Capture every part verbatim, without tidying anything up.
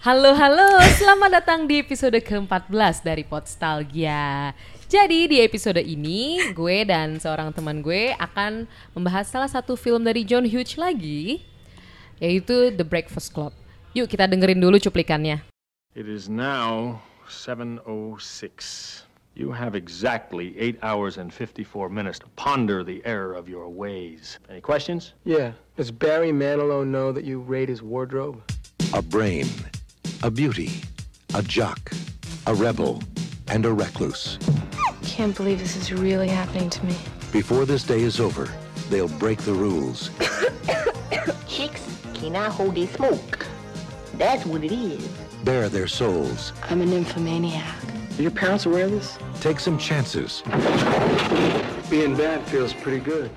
Halo halo, selamat datang di episode keempat belas dari Podstalgia. Jadi di episode ini gue dan seorang teman gue akan membahas salah satu film dari John Hughes lagi, yaitu The Breakfast Club. Yuk kita dengerin dulu cuplikannya. It is now seven oh six. You have exactly eight hours and fifty-four minutes to ponder the error of your ways. Any questions? Yeah. Does Barry Manilow know that you raid his wardrobe? A brain, a beauty, a jock, a rebel, and a recluse. Can't believe this is really happening to me. Before this day is over, they'll break the rules. Chicks cannot hold their smoke. That's what it is. Bare their souls. I'm a nymphomaniac. Are your parents aware of this? Take some chances. Being bad feels pretty good.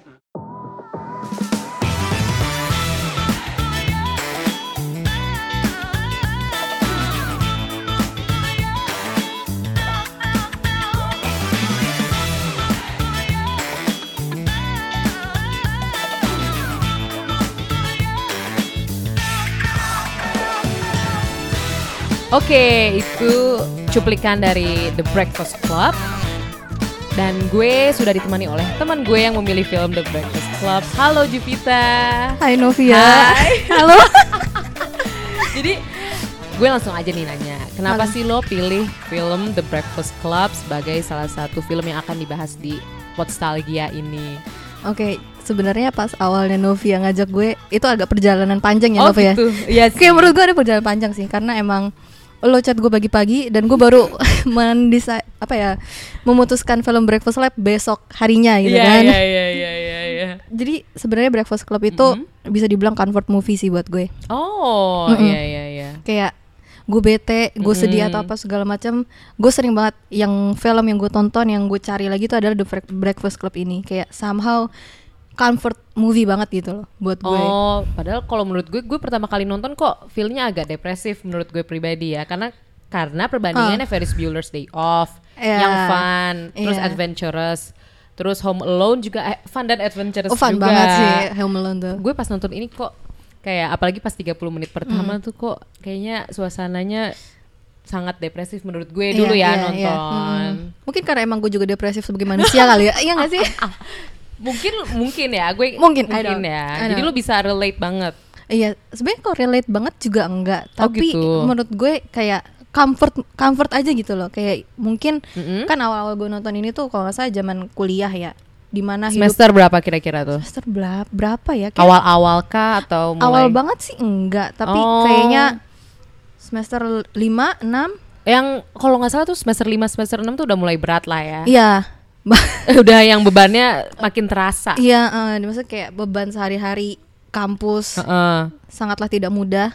Oke, itu cuplikan dari The Breakfast Club. Dan gue sudah ditemani oleh teman gue yang memilih film The Breakfast Club. Halo Jupita. Hai Novia. Hai. Halo. Jadi gue langsung aja nih nanya, kenapa Halo. sih lo pilih film The Breakfast Club sebagai salah satu film yang akan dibahas di Podstalgia ini? Oke, sebenarnya pas awalnya Novia ngajak gue, itu agak perjalanan panjang ya Oh Novia. gitu, iya sih. Kayak menurut gue ada perjalanan panjang sih, karena emang lo chat gue pagi-pagi dan gue baru mendisa apa ya memutuskan film Breakfast Club besok harinya gitu Iya, kan. Iya iya iya iya iya. Jadi sebenarnya Breakfast Club itu Mhm. bisa dibilang comfort movie sih buat gue. Oh, Mm-mm. iya iya iya. Kayak gue bete, gue sedih Mm-mm. atau apa segala macam, gue sering banget yang film yang gue tonton yang gue cari lagi itu adalah The Bre- Breakfast Club ini. Kayak somehow comfort movie banget gitu loh buat gue. Oh, padahal kalau menurut gue, gue pertama kali nonton kok filmnya agak depresif menurut gue pribadi ya, karena karena perbandingannya Ferris Bueller's Day Off, Iya. yang fun, terus Iya. adventurous, terus Home Alone juga eh, fun dan adventurous Oh fun juga. banget sih Home Alone tuh. Gue pas nonton ini kok kayak apalagi pas tiga puluh menit pertama tuh kok kayaknya suasananya sangat depresif menurut gue dulu Iya, ya iya, nonton. iya. Mm. Mungkin karena emang gue juga depresif sebagai manusia kali ya. Iya gak sih? Mungkin mungkin ya, gue Mungkin, I mungkin don't- ya. I Jadi don't. lu bisa relate banget. Iya, sebenarnya kok relate banget juga enggak, Oh, tapi gitu. menurut gue kayak comfort comfort aja gitu loh. Kayak mungkin Mm-mm. kan awal-awal gue nonton ini tuh kalau nggak salah zaman kuliah ya, di mana hidup Semester berapa kira-kira tuh? semester bela- berapa ya? Kayak Awal-awal kah atau mulai? awal banget sih enggak, tapi Oh. kayaknya semester lima, enam. Yang kalau nggak salah tuh semester lima, semester enam tuh udah mulai berat lah ya. Iya. Udah yang bebannya makin terasa. Iya, eh, maksudnya kayak beban sehari-hari kampus Heeh. sangatlah tidak mudah.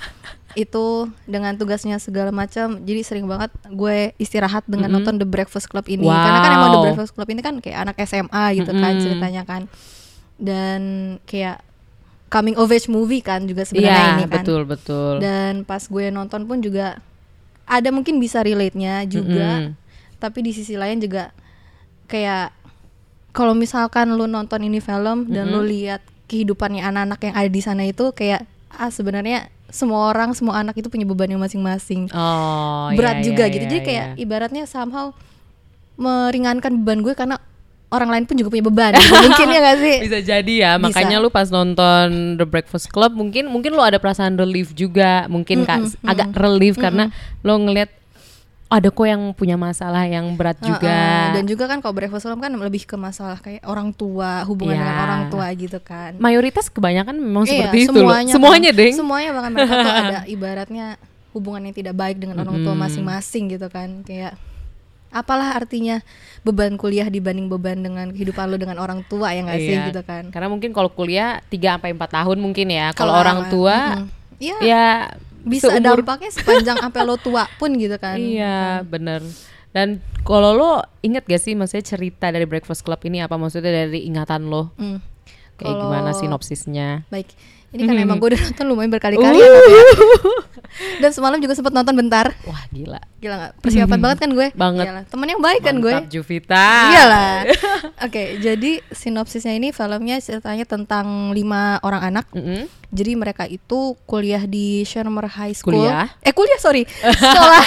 Itu dengan tugasnya segala macam, jadi sering banget gue istirahat dengan Mm-mm. nonton The Breakfast Club ini. Wow. Karena kan emang The Breakfast Club ini kan kayak anak S M A gitu kan Mm-mm. ceritanya kan. Dan kayak coming of age movie kan juga sebenarnya Iya, ini kan. betul betul. Dan pas gue nonton pun juga ada mungkin bisa relate-nya juga. Mm-mm. Tapi di sisi lain juga kayak kalau misalkan lu nonton ini film dan lu lihat kehidupannya anak-anak yang ada di sana itu kayak ah sebenarnya semua orang, semua anak itu punya bebannya masing-masing. Oh, Berat iya, juga iya, gitu. iya, Jadi kayak iya. ibaratnya somehow meringankan beban gue karena orang lain pun juga punya beban. Gitu. Mungkin ya gak sih? Bisa jadi ya, Bisa. makanya lu pas nonton The Breakfast Club mungkin mungkin lu ada perasaan relief juga, mungkin Kak, Mm-mm, agak relief karena lu ngelihat ada kok yang punya masalah yang berat juga. Uh-uh. Dan juga kan kalau Breakfast Club kan lebih ke masalah kayak orang tua, hubungan Iya. dengan orang tua gitu kan. Mayoritas kebanyakan memang Iya, seperti itu loh. semuanya Semuanya, kan. Deng. Semuanya bahkan mereka tuh ada ibaratnya hubungan yang tidak baik dengan orang tua Mm-mm. masing-masing gitu kan. Kayak apalah artinya beban kuliah dibanding beban dengan kehidupan lu dengan orang tua ya nggak sih Iya. gitu kan. Karena mungkin kalau kuliah tiga sampai empat tahun mungkin ya. Kalau Kalau orang anak, tua mm-mm. Iya, ya bisa seumur- dampaknya sepanjang sampai lo tua pun gitu kan. Iya, bener. Dan kalau lo inget gak sih maksudnya cerita dari Breakfast Club ini apa, maksudnya dari ingatan lo? Mm. Kayak Kalau- gimana sinopsisnya? Baik. Ini kan Mhm. emang gue udah nonton lumayan berkali-kali ya, Uh. tapi ya. Dan semalam juga sempat nonton bentar. Wah gila. Gila gak? Persiapan banget kan gue? Banget. Iyalah. Temen yang baik kan gue? Mantap Juvita. Iyalah. Oke, jadi sinopsisnya ini filmnya ceritanya tentang lima orang anak. Mm-mm. Jadi mereka itu kuliah di Shermer High School. Kuliah? Eh kuliah sorry, sekolah.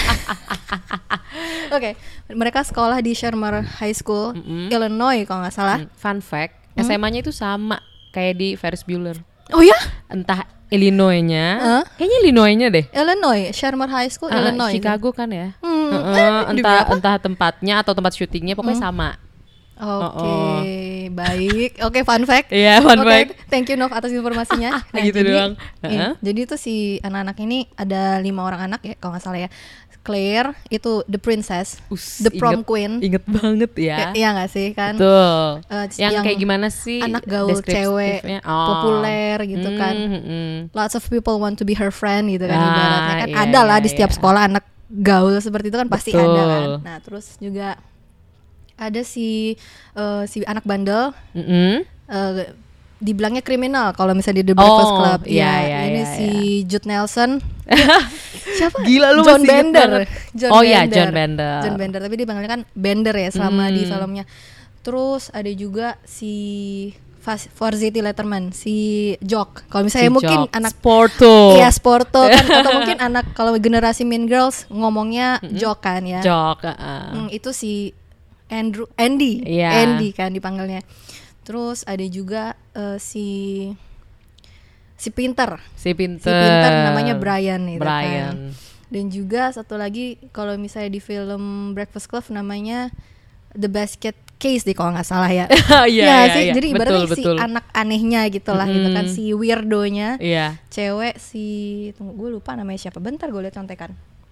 Oke, mereka sekolah di Shermer High School, Mm-mm. Illinois kalau nggak salah. Mm, Fun fact, Hmm? S M A-nya itu sama kayak di Ferris Bueller. Oh ya? Entah Illinois-nya, Huh? kayaknya Illinois-nya deh. Illinois, Shermer High School, Ah, Illinois. Chicago kan ya. Hmm, Heeh, eh, demi entah apa? entah tempatnya atau tempat syutingnya pokoknya Hmm. sama. Oke, Oh, oh. baik. Oke, fun fact. Iya, fun Oke, fact. thank you Nov atas informasinya. Gitu jadi, doang. iya, Heeh. jadi itu si anak-anak ini ada lima orang anak ya, kalau nggak salah ya. Claire itu the princess, Us, the prom inget- queen. Inget banget ya. Ya, iya nggak sih kan? Betul. Eh, yang, yang kayak gimana sih? anak gaul cewek, deskriptifnya? Oh. populer gitu kan. Hmm, hmm, hmm. Lots of people want to be her friend gitu kan, Ah, ibaratnya kan iya, ada lah iya, di setiap iya. sekolah anak gaul seperti itu kan pasti Betul. ada kan. Nah terus juga ada si eh, si anak bandel, Mm-mm. eh, dibilangnya kriminal kalau misalnya di The Breakfast Oh, Club. iya, Ya, iya, ini iya, si Jude Nelson. Siapa? Gila, lu John masih inget Bender. banget. John Oh iya, Bender. John Bender. John Bender, tapi dia panggilnya kan Bender ya selama di Hmm. filmnya. Terus ada juga si Fas- Varsity Letterman, si Jock. Kalau misalnya Si mungkin Jock. anak Sporto. Iya Sporto kan, atau mungkin anak kalau generasi Mean Girls ngomongnya Jock kan ya. Jok. uh-uh. Hmm, itu si Andrew Andy, Iya. Andy kan dipanggilnya. Terus ada juga eh, si si pinter, Si pinter. si pinter namanya Brian itu Brian. kan. Dan juga satu lagi kalau misalnya di film Breakfast Club namanya The Basket Case deh kalau nggak salah ya. Iya, Ya iya, sih, iya. jadi ibaratnya Betul, si betul. anak anehnya gitu lah gitu kan, Mm. si weirdonya. Iya. Cewek si tunggu gue lupa namanya siapa. Bentar gue lihat contekan.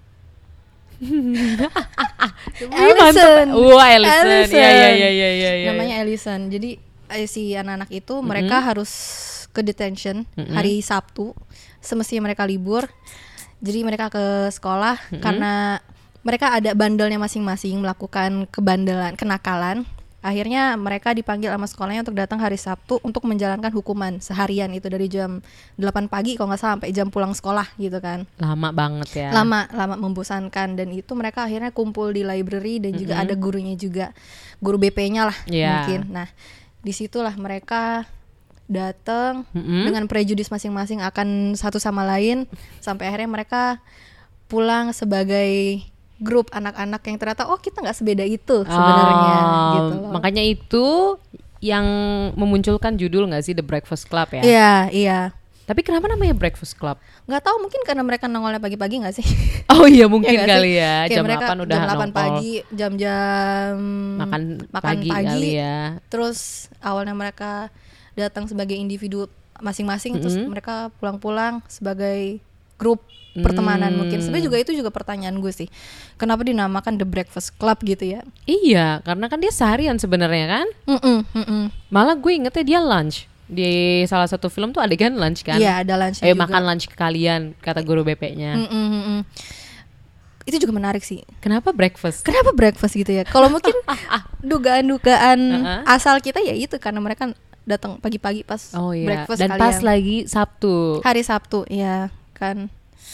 Wih, mantap. Wah, Ellison. Iya, iya, iya, iya, iya, iya. Namanya Ellison. Jadi eh, si anak-anak itu mereka harus ke detention Mm-mm. hari Sabtu. Semestinya mereka libur. Jadi mereka ke sekolah karena mereka ada bandelnya masing-masing melakukan kebandelan, kenakalan. Akhirnya mereka dipanggil sama sekolahnya untuk datang hari Sabtu untuk menjalankan hukuman seharian itu dari jam delapan pagi kalau nggak salah sampai jam pulang sekolah gitu kan. Lama banget ya. Lama, lama membosankan, dan itu mereka akhirnya kumpul di library dan juga ada gurunya juga, guru B P-nya lah Iya. mungkin. Nah, disitulah mereka datang Mm-mm. dengan prejudis masing-masing akan satu sama lain sampai akhirnya mereka pulang sebagai grup anak-anak yang ternyata oh kita nggak sebeda itu sebenarnya Oh, gitu loh. Makanya itu yang memunculkan judul nggak sih The Breakfast Club ya? Iya, iya. Tapi kenapa namanya Breakfast Club? Nggak tahu, mungkin karena mereka nongolnya pagi-pagi nggak sih? Oh iya mungkin Ya nggak kali sih? ya. Kayak Jam mereka delapan udah jam delapan nongol. pagi, jam-jam Makan, makan pagi, pagi, kali ya. Terus awalnya mereka datang sebagai individu masing-masing, terus Mm-mm. mereka pulang-pulang sebagai grup pertemanan Hmm. mungkin. Sebenarnya juga itu juga pertanyaan gue sih. Kenapa dinamakan The Breakfast Club gitu ya? Iya, karena kan dia seharian sebenarnya kan. Mm-mm, mm-mm. Malah gue ingetnya dia lunch. Di salah satu film tuh adegan lunch kan. Iya, ada lunchnya Ayo juga. makan lunch ke kalian, kata guru B P-nya. Mm-mm, mm-mm. Itu juga menarik sih. Kenapa breakfast? Kenapa breakfast gitu ya? Kalau mungkin dugaan-dugaan Uh-uh. asal kita ya itu karena mereka datang pagi-pagi pas Oh iya. breakfast Dan kalian. pas lagi Sabtu. Hari Sabtu, ya kan.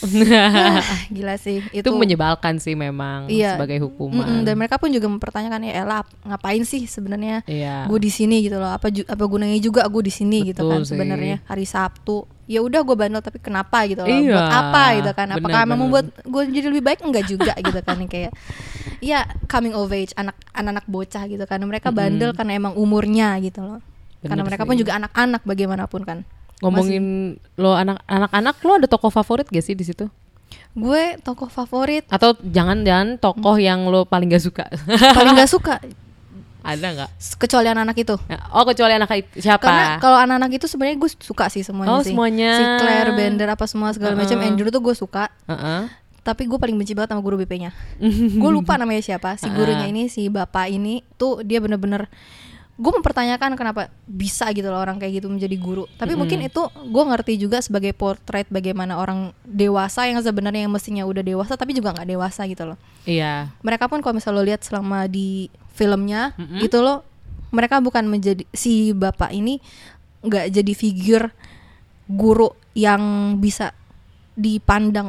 Ah, gila sih itu, Itu menyebalkan sih memang Iya. sebagai hukuman. Mm-mm, dan mereka pun juga mempertanyakan ya elah ngapain sih sebenarnya Iya. gue di sini gitu loh, apa ju- apa gunanya juga gue di sini gitu Betul kan sih. sebenarnya hari Sabtu ya udah gue bandel tapi kenapa gitu loh, Iya, buat apa gitu kan, apakah benar, memang benar. membuat gue jadi lebih baik enggak juga gitu kan, kayak ya coming of age anak anak bocah gitu kan, mereka bandel karena emang umurnya gitu loh, karena Bener mereka sih. pun juga anak-anak bagaimanapun kan. Ngomongin lo anak anak-anak, lo ada tokoh favorit gak sih di situ? Gue tokoh favorit Atau jangan-jangan tokoh yang lo paling gak suka? paling gak suka Ada nggak? kecuali anak itu. Oh kecuali anak itu siapa? Karena kalau anak-anak itu sebenarnya gue suka sih semuanya Oh, sih. semuanya. Si Claire, Bender apa semua segala Uh-uh. macam. Andrew tuh gue suka. Heeh. Tapi gue paling benci banget sama guru B P-nya. Gue lupa namanya siapa. Si gurunya ini, si bapak ini tuh dia bener-bener, gue mempertanyakan kenapa bisa gitu loh orang kayak gitu menjadi guru. Tapi mungkin itu gue ngerti juga sebagai portrait bagaimana orang dewasa yang sebenarnya yang mestinya udah dewasa tapi juga nggak dewasa gitu loh. Iya. Mereka pun kalau misalnya lo lihat selama di filmnya itu loh, mereka bukan menjadi, si bapak ini nggak jadi figur guru yang bisa dipandang oleh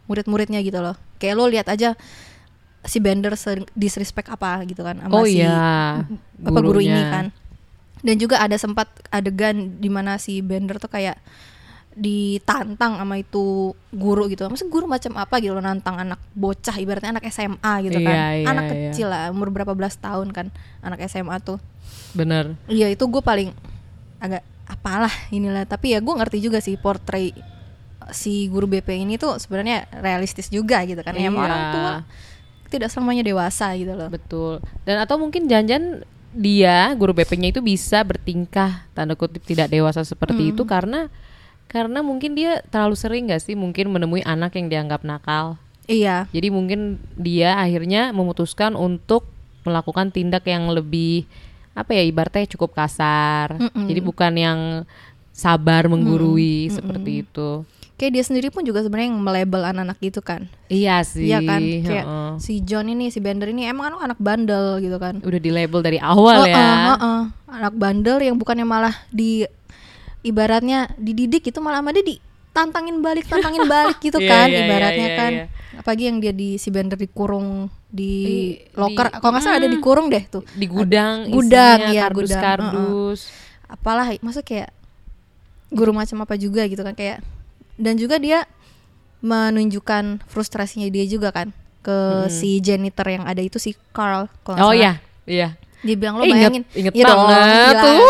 murid-muridnya gitu loh. Kayak lo lihat aja si Bender disrespect apa gitu kan sama Oh si iya, apa guru ini gurunya. kan. Dan juga ada sempat adegan di mana si Bender tuh kayak ditantang sama itu guru gitu. Maksudnya guru macam apa gitu loh, nantang anak bocah, ibaratnya anak S M A gitu kan. Iya, iya, anak iya. kecil lah, umur berapa belas tahun kan anak S M A tuh. Bener. Iya, itu gue paling agak apalah inilah. Tapi ya gue ngerti juga sih portray si guru B P ini tuh sebenarnya realistis juga gitu kan. Ya, emang Iya. orang tua tidak selamanya dewasa gitu loh. Betul. Dan atau mungkin jangan-jangan dia guru B P-nya itu bisa bertingkah tanda kutip tidak dewasa seperti Hmm. itu karena karena mungkin dia terlalu sering nggak sih mungkin menemui anak yang dianggap nakal. Iya. Jadi mungkin dia akhirnya memutuskan untuk melakukan tindak yang lebih apa ya, ibaratnya cukup kasar. Mm-mm. Jadi bukan yang sabar menggurui seperti itu. Kayak dia sendiri pun juga sebenarnya yang melabel anak-anak gitu kan. Iya sih. Iya kan, kayak heeh. si John ini, si Bender ini emang anak anak bandel gitu kan. Udah di label dari awal Heeh, ya. heeh. Anak bandel yang bukannya malah di ibaratnya dididik itu malah sama dia ditantangin balik, tantangin balik gitu Iya, kan iya, iya, ibaratnya iya, kan. iya. Apalagi yang dia di si Bender dikurung di Di- locker, di- kalau nggak salah ada mm. dikurung deh tuh. Di gudang, Gudang, isinya iya, kardus-kardus. Apalah, maksudnya kayak guru macam apa juga gitu kan, kayak. Dan juga dia menunjukkan frustrasinya dia juga kan ke si janitor yang ada itu, si Carl kalau nggak Oh salah. iya, iya. Dia bilang lo Eh, inget- bayangin, inget iya dong, banget gila. tuh.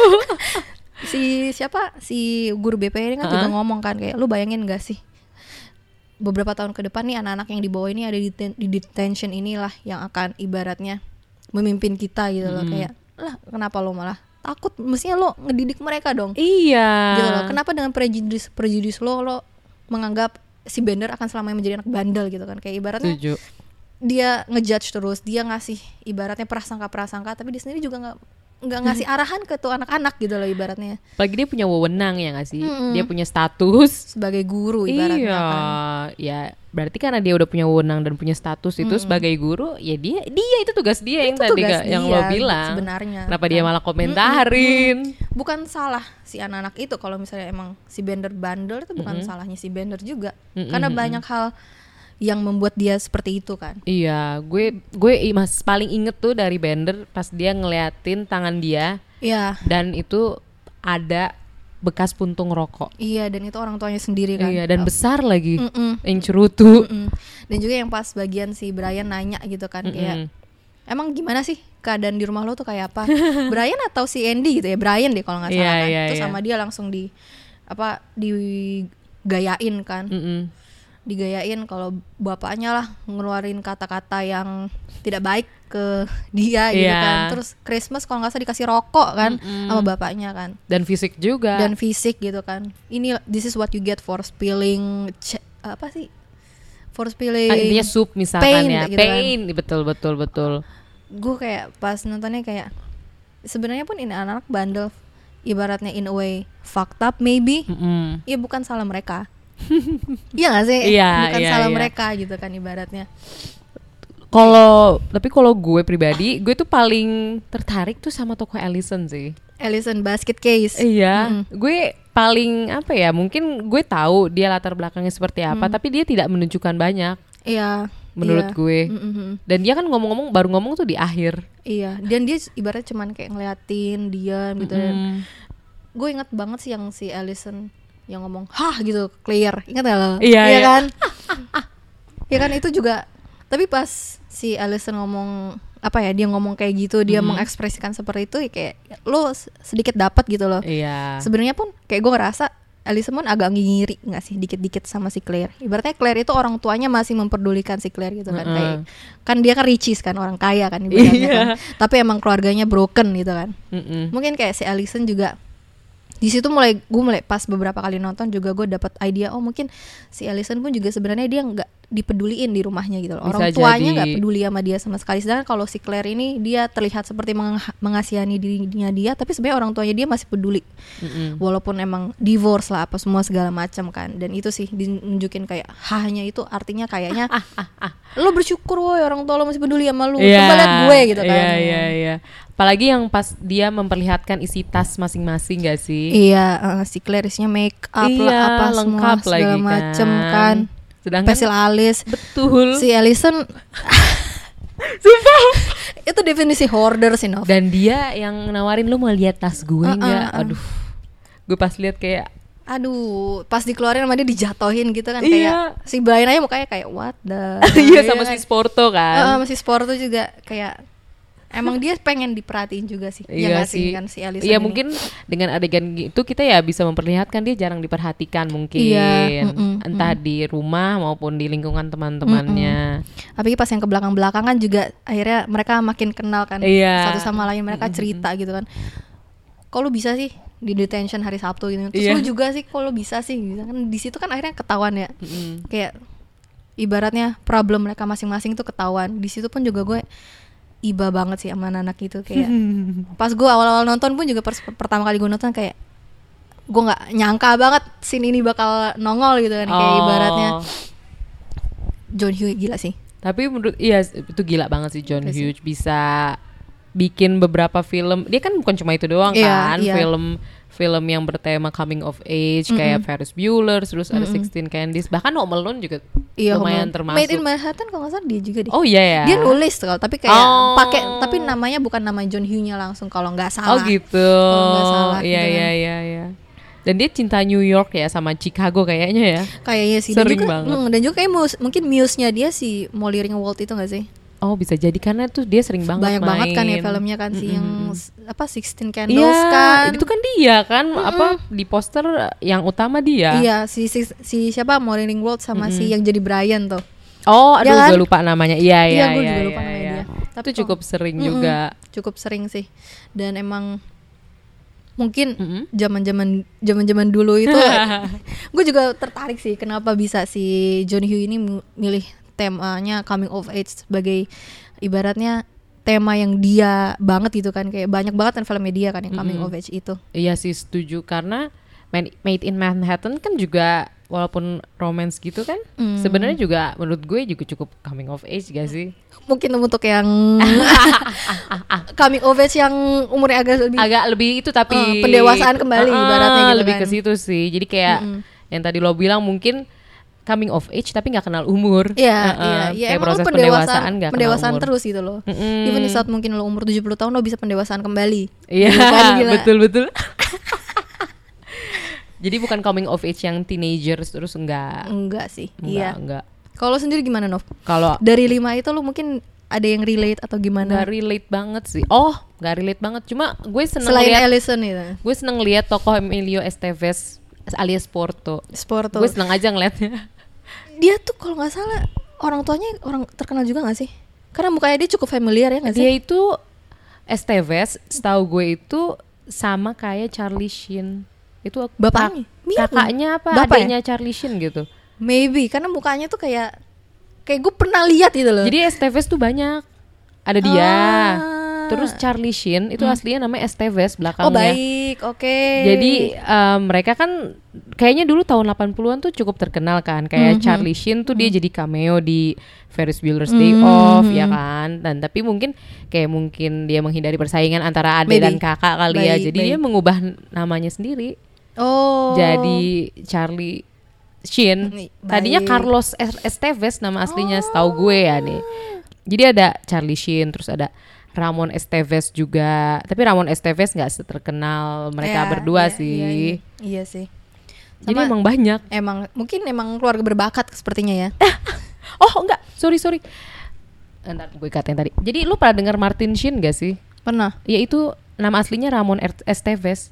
Si siapa si guru B P ini kan juga ngomong kan kayak lu bayangin gak sih beberapa tahun ke depan nih anak-anak yang dibawa ini ada di, ten- di detention inilah yang akan ibaratnya memimpin kita gitu loh. Kayak lah kenapa lo malah takut, mestinya lo ngedidik mereka dong Iya. gitu loh. Kenapa dengan prejudis prejudis lo lo menganggap si Bender akan selamanya menjadi anak bandel gitu kan, kayak ibaratnya Setuju. dia ngejudge terus, dia ngasih ibaratnya prasangka-prasangka, tapi dia sendiri juga nggak nggak ngasih arahan ke tuh anak-anak gitu loh ibaratnya Apalagi dia punya wewenang ya nggak sih? Dia punya status. sebagai guru ibaratnya Iya, kan. ya berarti karena dia udah punya wewenang dan punya status itu sebagai guru, ya dia dia itu tugas dia yang Itu tadi tugas Kak, yang dia lo bilang. sebenarnya, Kenapa kan. dia malah komentarin? Bukan salah si anak-anak itu kalau misalnya emang si Bender bandel, itu bukan salahnya si Bender juga, Mm-mm, karena mm-mm. banyak hal yang membuat dia seperti itu kan. Iya, gue gue i- mas paling inget tuh dari Bender pas dia ngeliatin tangan dia Iya, dan itu ada bekas puntung rokok. iya, dan itu orang tuanya sendiri kan. Iya, dan besar lagi, Mm-mm. yang cerutu. Mm. Dan juga yang pas bagian si Brian nanya gitu kan, kayak Mm-mm. emang gimana sih keadaan di rumah lo tuh kayak apa? Brian atau si Andy gitu ya, Brian deh kalau nggak salah Iya, kan. iya, Terus iya. sama dia langsung di apa digayain kan. Mm-mm. Digayain kalau bapaknya lah ngeluarin kata-kata yang tidak baik ke dia gitu Iya. kan. Terus Christmas kalau nggak salah dikasih rokok kan sama bapaknya kan, Dan fisik juga. dan fisik gitu kan. Ini this is what you get for spilling ch- apa sih? For spilling. Ah, intinya sup misalkan pain, ya, gitu kan. pain, betul betul betul. Gue kayak pas nontonnya kayak sebenarnya pun ini anak-anak bandel, ibaratnya in a way fucked up maybe. Mm-mm. Ya bukan salah mereka. Iya gak sih? Iya, Bukan iya, salah iya. mereka gitu kan ibaratnya. Kalau tapi kalau gue pribadi, gue tuh paling tertarik tuh sama tokoh Allison sih. Allison basket case. Iya, gue paling apa ya? Mungkin gue tahu dia latar belakangnya seperti apa, tapi dia tidak menunjukkan banyak Iya. menurut iya. gue. Mm-mm. Dan dia kan ngomong-ngomong baru ngomong tuh di akhir. Iya. Dan dia ibaratnya cuman kayak ngeliatin diam gitu. Dan Mm. gue ingat banget sih yang si Allison yang ngomong hah gitu clear, ingat gak lo? Iya, iya. Kan? Iya kan, itu juga. Tapi pas si Allison ngomong apa ya, dia ngomong kayak gitu, dia mengekspresikan seperti itu, ya kayak lo sedikit dapat gitu loh. Iya. Sebenarnya pun kayak gue ngerasa Allison pun agak ngiri nggak sih dikit-dikit sama si Claire. Ibaratnya Claire itu orang tuanya masih memperdulikan si Claire gitu kan. Mm-mm. Kayak kan dia kan riches kan, orang kaya kan ibaratnya Iya. kan. Tapi emang keluarganya broken gitu kan. Mm-mm. Mungkin kayak si Allison juga di situ mulai gue mulai pas beberapa kali nonton juga gue dapat idea, oh mungkin si Allison pun juga sebenarnya dia nggak dipeduliin di rumahnya gitu loh. Bisa Orang tuanya jadi. nggak peduli sama dia sama sekali. Sedangkan kalau si Claire ini dia terlihat seperti meng- mengasihani dirinya dia, tapi sebenarnya orang tuanya dia masih peduli. Mm-mm. Walaupun emang divorce lah apa semua segala macam kan. Dan itu sih ditunjukin kayak hahnya itu artinya kayaknya lo bersyukur woi orang tua lo masih peduli sama lu. Iya, Coba lihat gue gitu kan. Iya, iya, iya. Apalagi yang pas dia memperlihatkan isi tas masing-masing gak sih? Iya, uh, si Claire isinya make up Iya, lah apa lengkap semua lagi segala kan. macem kan. Sedangkan pensil alis. betul. Si Allison Sumpah itu definisi hoarder sih, Nov. Dan dia yang nawarin, lu mau lihat tas gue Uh, uh, nggak? uh. Aduh, gue pas lihat kayak Aduh, pas dikeluarin sama dia dijatohin gitu kan. Iya. Kayak si Brian aja mukanya kayak what the. iya sama kan? si Sporto kan. Uh, sama si Sporto juga kayak emang dia pengen diperhatiin juga sih. Iya nggak sih. kan si Allison Iya ini. mungkin dengan adegan gitu kita ya bisa memperlihatkan dia jarang diperhatikan mungkin. Iya, mm-mm, Entah di rumah maupun di lingkungan teman-temannya. Apalagi pas yang ke belakang-belakang kan juga akhirnya mereka makin kenal kan. Iya. Satu sama lain mereka cerita gitu kan. Kok lu bisa sih di detention hari Sabtu gitu. Terus Iya. lu juga sih kok lu bisa sih gitu kan. Di situ kan akhirnya ketahuan ya. Mm-mm. Kayak ibaratnya problem mereka masing-masing tuh ketahuan. Di situ pun juga gue iba banget sih sama anak itu kayak pas gue awal-awal nonton pun juga pers- pertama kali gue nonton kayak gue nggak nyangka banget scene ini bakal nongol gitu kan. Kayak Oh. ibaratnya John Hughes gila sih. Tapi menurut iya itu gila banget sih John Iya sih. Hughes bisa bikin beberapa film. Dia kan bukan cuma itu doang Iya, kan, iya. film film yang bertema coming of age kayak Ferris Bueller, terus ada sixteen Candles, bahkan Home Alone juga Iya, lumayan Home- termasuk. Made in Manhattan kalau nggak salah dia juga deh. Oh iya ya. Dia nulis tuh, tapi kayak Oh. pakai tapi namanya bukan nama John Hughes-nya langsung kalau nggak salah. Oh gitu. Kalau nggak salah, Iya gitu iya kan. iya iya. Dan dia cinta New York ya sama Chicago kayaknya ya. Kayaknya sih. Dan Sering juga, banget. mm, dan juga kayak muse, mungkin muse-nya dia si Molly Ringwald itu nggak sih? Oh bisa jadi karena tuh dia sering banget Banyak main. banget kan ya filmnya kan si yang Mm-mm. s- apa sixteen Candles Iya, kan. itu kan dia kan apa di poster yang utama dia. Iya, si, si si siapa Molly Ringwald sama si yang jadi Brian tuh. Oh, aduh Ya kan? gue lupa namanya. Iya, iya, Iya, gue iya, juga lupa iya, namanya iya. dia. Tapi Itu kok- cukup sering Mm-mm, juga. Cukup sering sih. Dan emang mungkin Mm-mm. zaman-zaman zaman-zaman dulu itu gue juga tertarik sih kenapa bisa si John Hughes ini mu- milih temanya coming of age sebagai ibaratnya tema yang dia banget gitu kan, kayak banyak banget kan film media kan yang coming Mm-mm. of age itu. Iya sih setuju karena Man- Made in Manhattan kan juga walaupun romance gitu kan, Hmm. sebenarnya juga menurut gue juga cukup coming of age gak sih? Mungkin untuk yang coming of age yang umurnya agak lebih Agak lebih itu tapi Eh, pendewasaan kembali Ah, ibaratnya gitu lebih kan. ke situ sih. Jadi kayak Mm-mm. yang tadi lo bilang mungkin coming of age tapi nggak kenal umur. Iya, Ah, ah, iya, iya. kayak Emang proses lu pendewasaan, pendewasaan nggak kenal pendewasaan umur. terus gitu loh. Mm-mm. Even di saat mungkin lo umur tujuh puluh tahun lo bisa pendewasaan kembali. Iya, Gitu kan, gila. betul betul. Jadi bukan coming of age yang teenagers terus enggak. Enggak sih. Enggak, Iya. enggak. Kalau sendiri gimana, Nov? Kalau Dari lima itu lo mungkin ada yang relate atau gimana? nggak relate banget sih. Oh, nggak relate banget. Cuma gue seneng Selain lihat Allison itu. gue seneng lihat tokoh Emilio Estevez alias Porto. Sporto. Gue seneng aja ngeliatnya. Dia tuh kalau nggak salah orang tuanya orang terkenal juga nggak sih? Karena mukanya dia cukup familiar ya nggak sih? Dia itu Estevez, setahu gue itu sama kayak Charlie Sheen. Itu Bapaknya? kak- Mirip kakaknya apa Bapak ya? adiknya Charlie Sheen gitu. Maybe karena mukanya tuh kayak kayak gue pernah lihat gitu loh. Jadi Estevez tuh banyak. Ada dia. Ah. Terus Charlie Sheen itu aslinya namanya Estevez belakangnya. Oh baik, oke. Jadi um, mereka kan kayaknya dulu tahun delapan puluhan tuh cukup terkenal kan. Kayak Mhm. Charlie Sheen tuh dia jadi cameo di Ferris Bueller's Day Off ya kan. Dan tapi mungkin kayak mungkin dia menghindari persaingan antara adik Maybe. dan kakak kali ya. Baik, Jadi baik. dia mengubah namanya sendiri Oh. jadi Charlie Sheen. Baik. Tadinya Carlos Estevez nama aslinya setahu gue ya nih. Jadi ada Charlie Sheen, terus ada Ramon Estevez juga. Tapi Ramon Estevez nggak seterkenal mereka Ya, berdua iya, sih. Iya, iya. Iya sih. Jadi Sama- emang banyak. Emang mungkin emang keluarga berbakat sepertinya ya. Oh enggak, sorry sorry. Entar gue katain tadi. Jadi lu pernah dengar Martin Sheen gak sih? Pernah. Ya itu nama aslinya Ramon Er- Estevez.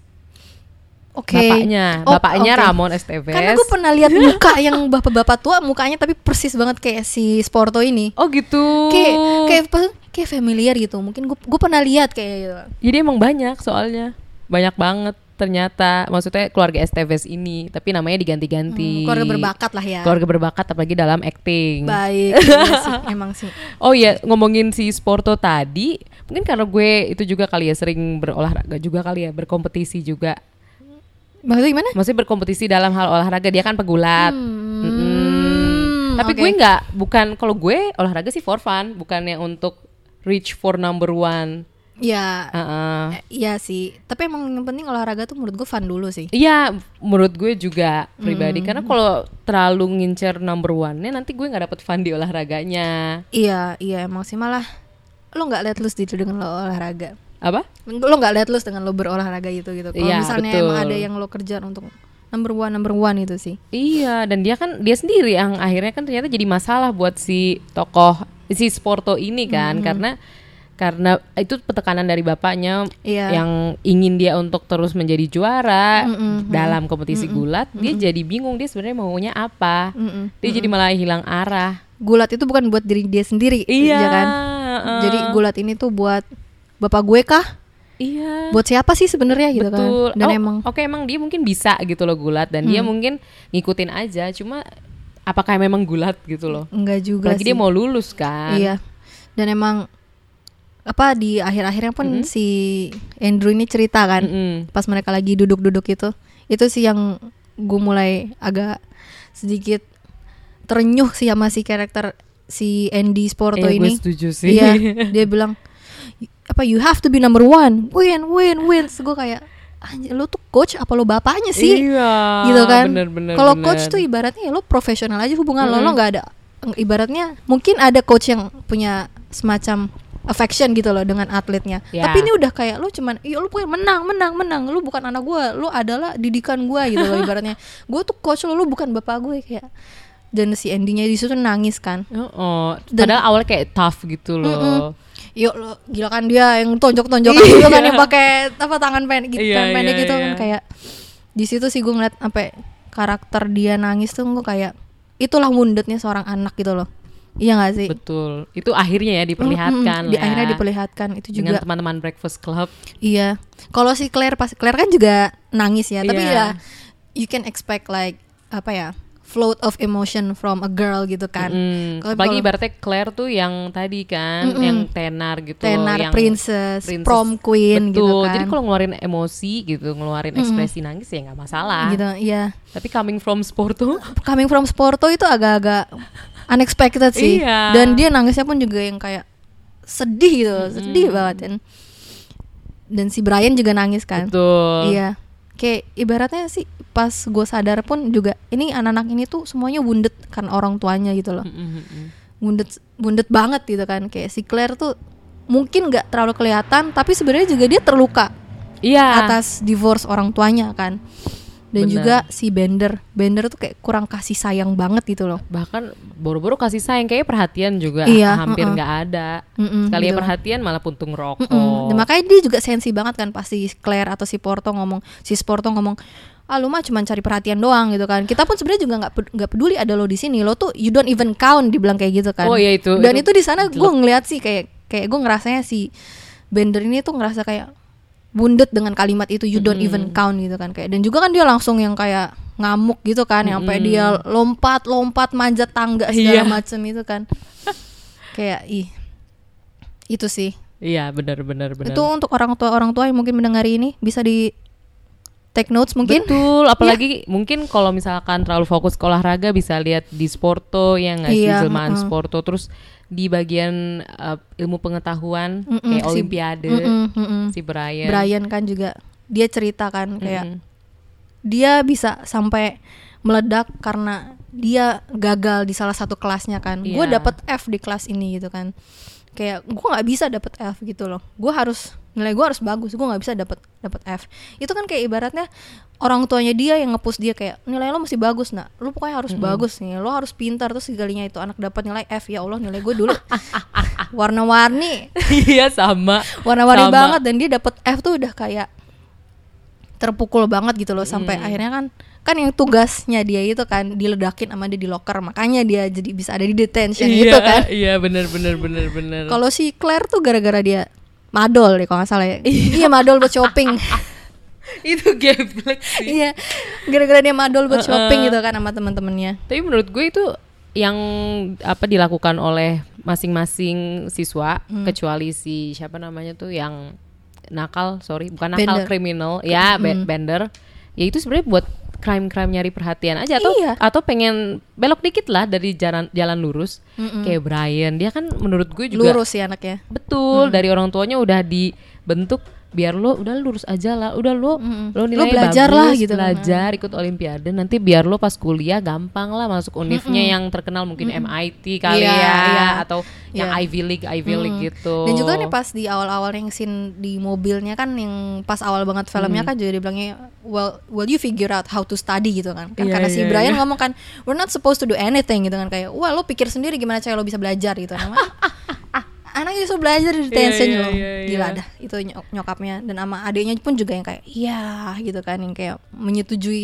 Oke. Bapaknya, Oh, bapaknya oke. Ramon Estevez. Karena gue pernah lihat muka yang bapak-bapak tua, mukanya tapi persis banget kayak si Sporto ini. Oh gitu. Kayak kayak apa- kayak familiar gitu. Mungkin gue gue pernah lihat kayak gitu. Jadi emang banyak soalnya. Banyak banget ternyata. Maksudnya keluarga Estevez ini, tapi namanya diganti-ganti. Hmm, keluarga berbakat lah ya. Keluarga berbakat apalagi dalam acting. Baik, iya sih, emang sih. Oh iya, ngomongin si Sporto tadi, mungkin karena gue itu juga kali ya sering berolahraga juga kali ya, berkompetisi juga. Maksudnya gimana? Maksudnya berkompetisi dalam hal olahraga, dia kan pegulat. Hmm, Mm-mm. Tapi oke. gue nggak, bukan kalau gue olahraga sih for fun, bukannya untuk reach for number one. Ya, Uh-uh. eh, iya sih. Tapi emang yang penting olahraga tuh menurut gue fun dulu sih. Iya, menurut gue juga pribadi. Mm. Karena kalau terlalu ngincer number one-nya, nanti gue nggak dapet fun di olahraganya. Iya, iya emang sih malah lo nggak let loose gitu dengan lo olahraga. Apa? Lo nggak let loose dengan lo berolahraga itu gitu. Kalau Iya, misalnya betul. emang ada yang lo kerjaan untuk number one, number one itu sih. Iya, dan dia kan dia sendiri yang akhirnya kan ternyata jadi masalah buat si tokoh si Sporto ini kan, mm-hmm. karena karena itu tekanan dari bapaknya Iya. yang ingin dia untuk terus menjadi juara Mm-mm. dalam kompetisi Mm-mm. gulat. Dia Mm-mm. jadi bingung dia sebenarnya maunya apa. Mm-mm. Dia jadi malah hilang arah. Gulat itu bukan buat diri dia sendiri, Iya. ya kan? uh, Jadi gulat ini tuh buat bapak gue kah? Iya. Buat siapa sih sebenarnya gitu Betul. kan? Dan Oh, emang oke emang dia mungkin bisa gitu loh gulat dan dia Hmm. mungkin ngikutin aja. Cuma apakah memang gulat gitu loh? enggak juga Apalagi sih. dia mau lulus kan. Iya. Dan emang apa di akhir-akhirnya pun Mm-mm. si Andrew ini cerita kan, Mm-mm. pas mereka lagi duduk-duduk itu, itu sih yang gue mulai agak sedikit terenyuh sih sama si karakter si Andy Sporto Iya, ini. gue setuju sih. Iya, dia bilang apa you have to be number one, win, win, win. Terus gue kayak anjir, lu tuh coach apa lu bapaknya sih? Iya, Gitu kan. bener-bener, Kalau bener. coach tuh ibaratnya ya lo profesional aja hubungan lo, Mm-mm. lo nggak ada ibaratnya mungkin ada coach yang punya semacam affection gitu loh dengan atletnya. Ya. Tapi ini udah kayak lu cuman iya lu pengen menang, menang, menang. Lu bukan anak gue, lu adalah didikan gue gitu loh ibaratnya. Gue tuh coach lo, lu bukan bapak gue kayak. Dan si Andy-nya di situ nangis kan. Oh, oh. Dan- Padahal awalnya kayak tough gitu loh. Mm-mm. Yuk lo gila kan dia yang tonjok-tonjokan gitu kan yang pakai apa tangan pendek gitu, Iya, tangan pendek iya, gitu iya. kan kayak di situ sih gue ngeliat sampai karakter dia nangis tuh gue kayak itulah woundednya seorang anak gitu loh. Iya gak sih? Betul. Itu akhirnya ya diperlihatkan Mm-mm, di lah. akhirnya diperlihatkan itu dengan juga. teman-teman Breakfast Club. Iya. Kalau si Claire pas Claire kan juga nangis ya, tapi Iya. ya you can expect like apa ya? Float of emotion from a girl gitu kan. Mm. Kalau- Apalagi kalau- ibaratnya Claire tuh yang tadi kan, Mm-mm. yang tenar gitu, tenar yang princess, princess. prom queen Betul. gitu kan. Jadi kalau ngeluarin emosi gitu, ngeluarin ekspresi nangis ya nggak masalah. gitu, iya. Tapi coming from sport tuh, Coming from Sporto itu agak-agak unexpected sih. Iya. Dan dia nangisnya pun juga yang kayak sedih gitu, sedih banget kan. Dan si Brian juga nangis kan. betul. Iya. Kayak ibaratnya sih pas gue sadar pun juga ini anak-anak ini tuh semuanya wounded kan orang tuanya gitu loh. Mm-mm-mm. Wounded wounded banget gitu kan. Kayak si Claire tuh mungkin nggak terlalu kelihatan tapi sebenarnya juga dia terluka Iya. atas divorce orang tuanya kan. Dan Benar. juga si Bender, Bender tuh kayak kurang kasih sayang banget gitu loh. Bahkan boro-boro kasih sayang, kayaknya perhatian juga Iya, hampir uh-uh. nggak ada. Mm-mm, Sekali gitu. perhatian malah puntung rokok. Mm-mm. Dan makanya dia juga sensi banget kan pasti Claire atau si Porto ngomong, si Sporto ngomong, ah lu mah cuma cari perhatian doang gitu kan. Kita pun sebenarnya juga nggak ped- nggak peduli ada lo di sini, lo tuh you don't even count, dibilang kayak gitu kan. Oh, iya, itu- Dan itu itu, di sana gue jelek. ngeliat sih kayak kayak gue ngerasanya si Bender ini tuh ngerasa kayak wounded dengan kalimat itu you don't even count gitu kan kayak. Dan juga kan dia langsung yang kayak ngamuk gitu kan, yang sampai dia lompat lompat manjat tangga segala Iya. macem itu kan. Kayak ih itu sih. Iya, benar-benar benar. Itu untuk orang tua orang tua yang mungkin mendengar ini bisa di take notes mungkin. Betul, apalagi mungkin kalau misalkan terlalu fokus ke olahraga bisa lihat di Sporto yang nggak sih, Iya, jelmaan mm-mm. Sporto, terus di bagian uh, ilmu pengetahuan Mm-mm, kayak si- olimpiade, mm-mm, mm-mm. si Brian. Brian kan juga dia cerita kan kayak Mm-mm. dia bisa sampai meledak karena dia gagal di salah satu kelasnya kan. Gue Iya. dapet F di kelas ini gitu kan. Kayak gue nggak bisa dapet F gitu loh. Gue harus nilai gue harus bagus. Gue nggak bisa dapet dapet F. Itu kan kayak ibaratnya orang tuanya dia yang nge-push dia kayak nilai lo mesti bagus nak. Lo pokoknya harus bagus nih. Lo harus pintar. Terus segalinya itu anak dapat nilai F. Ya Allah nilai gue dulu warna-warni. Iya sama. Warna-warni Sama. banget. Dan dia dapet F tuh udah kayak terpukul banget gitu loh. Sampai akhirnya kan kan yang tugasnya dia itu kan diledakin sama dia di locker, makanya dia jadi bisa ada di detention Iya, gitu kan. Iya, benar benar benar benar. Kalau si Claire tuh gara-gara dia madol deh kalau nggak salah ya. Iya madol buat shopping. Itu geblek sih. Iya gara-gara dia madol buat Uh-uh. shopping gitu kan sama teman-temannya. Tapi menurut gue itu yang apa dilakukan oleh masing-masing siswa, Hmm. kecuali si siapa namanya tuh yang nakal, sorry bukan nakal, Bender. kriminal, ya be- Hmm. Bender. Ya itu sebenarnya buat crime-crime nyari perhatian aja atau Iya. atau pengen belok dikit lah dari jalan jalan lurus. Mm-mm. Kayak Brian, dia kan menurut gue juga Lurus sih anaknya. betul dari orang tuanya udah dibentuk biar lo udah lurus aja lah, udah lo Mm-mm. lo Lo nilai belajar bagus, lah gitu kan. belajar ikut olimpiade, nanti biar lo pas kuliah gampang lah masuk univnya yang terkenal mungkin M I T kali Iya, ya iya. atau yang Iya. Ivy League Ivy League gitu. Dan juga nih pas di awal-awal yang scene di mobilnya kan, yang pas awal banget filmnya kan juga dibilangnya, well, will you figure out how to study gitu kan? Kan Iya, karena si iya, Brian iya. ngomong kan, we're not supposed to do anything gitu kan, kayak, wah lo pikir sendiri gimana cara lo bisa belajar gitu. Namanya anaknya disuruh belajar di detention Iya, iya, loh, iya, iya. gila dah itu nyok- nyokapnya. Dan sama adiknya pun juga yang kayak, iya gitu kan, yang kayak menyetujui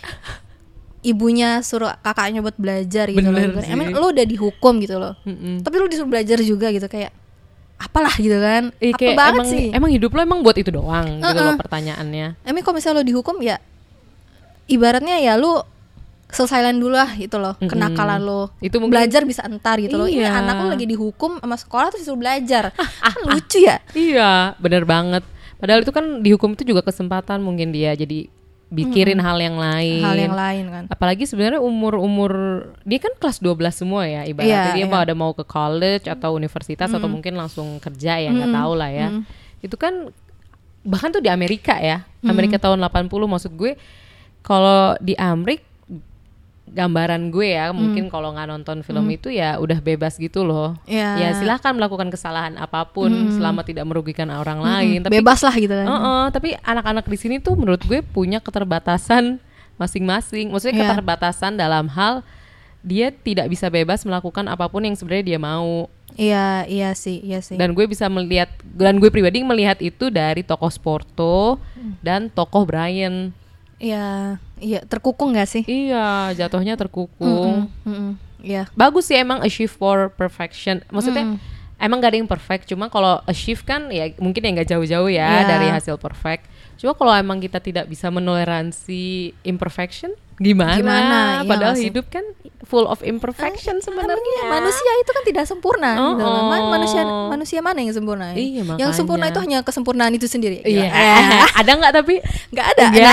ibunya suruh kakaknya buat belajar gitu. Bener loh. sih. Emang lo udah dihukum gitu loh, Mm-mm. tapi lo disuruh belajar juga gitu, kayak apalah gitu kan. Ih, Apa kayak banget emang, sih emang hidup lo emang buat itu doang gitu Uh-uh. loh pertanyaannya. emang kalau misalnya lo dihukum ya ibaratnya ya lo selesaiin dulu lah gitu loh, Mm-mm. kenakalan lo. Itu mungkin- belajar bisa entar gitu loh. Ini Iya. anak lo lagi dihukum sama sekolah terus disuruh belajar. Kan lucu ya. Iya, bener banget. Padahal itu kan dihukum itu juga kesempatan mungkin dia jadi mikirin hal yang lain. Hal yang lain kan. Apalagi sebenarnya umur-umur dia kan kelas dua belas semua ya ibaratnya. Iya, Dia iya. mau ada mau ke college atau universitas atau mungkin langsung kerja ya, nggak tahu lah ya. Itu kan bahkan tuh di Amerika ya. Amerika tahun delapan puluh maksud gue. Kalau di Amerika gambaran gue ya, mungkin kalau nggak nonton film itu ya udah bebas gitu loh. Iya. Ya silahkan melakukan kesalahan apapun selama tidak merugikan orang lain. Tapi Bebas lah gitu kan. Heeh, tapi anak-anak di sini tuh menurut gue punya keterbatasan masing-masing. Maksudnya Iya. keterbatasan dalam hal dia tidak bisa bebas melakukan apapun yang sebenarnya dia mau. Iya, iya sih, iya sih. Dan gue bisa melihat, dan gue pribadi melihat itu dari tokoh Sporto dan tokoh Brian. Iya, iya terkukung gak sih? Iya, jatuhnya terkukung. Mm-mm, mm-mm, Iya. Bagus sih emang achieve for perfection. Maksudnya emang gak ada yang perfect. Cuma kalau achieve kan ya mungkin ya gak jauh-jauh ya Iya. dari hasil perfect. Cuma kalau emang kita tidak bisa menoleransi imperfection, gimana? Gimana? Iya Padahal nggak sih? hidup kan full of imperfection sebenarnya. Namanya manusia itu kan tidak sempurna Oh, gitu loh. Ma- oh. manusia manusia mana yang sempurna? Iya, Yang makanya. sempurna itu hanya kesempurnaan itu sendiri. Iya. Gila. Ada nggak tapi? Nggak ada. Iya.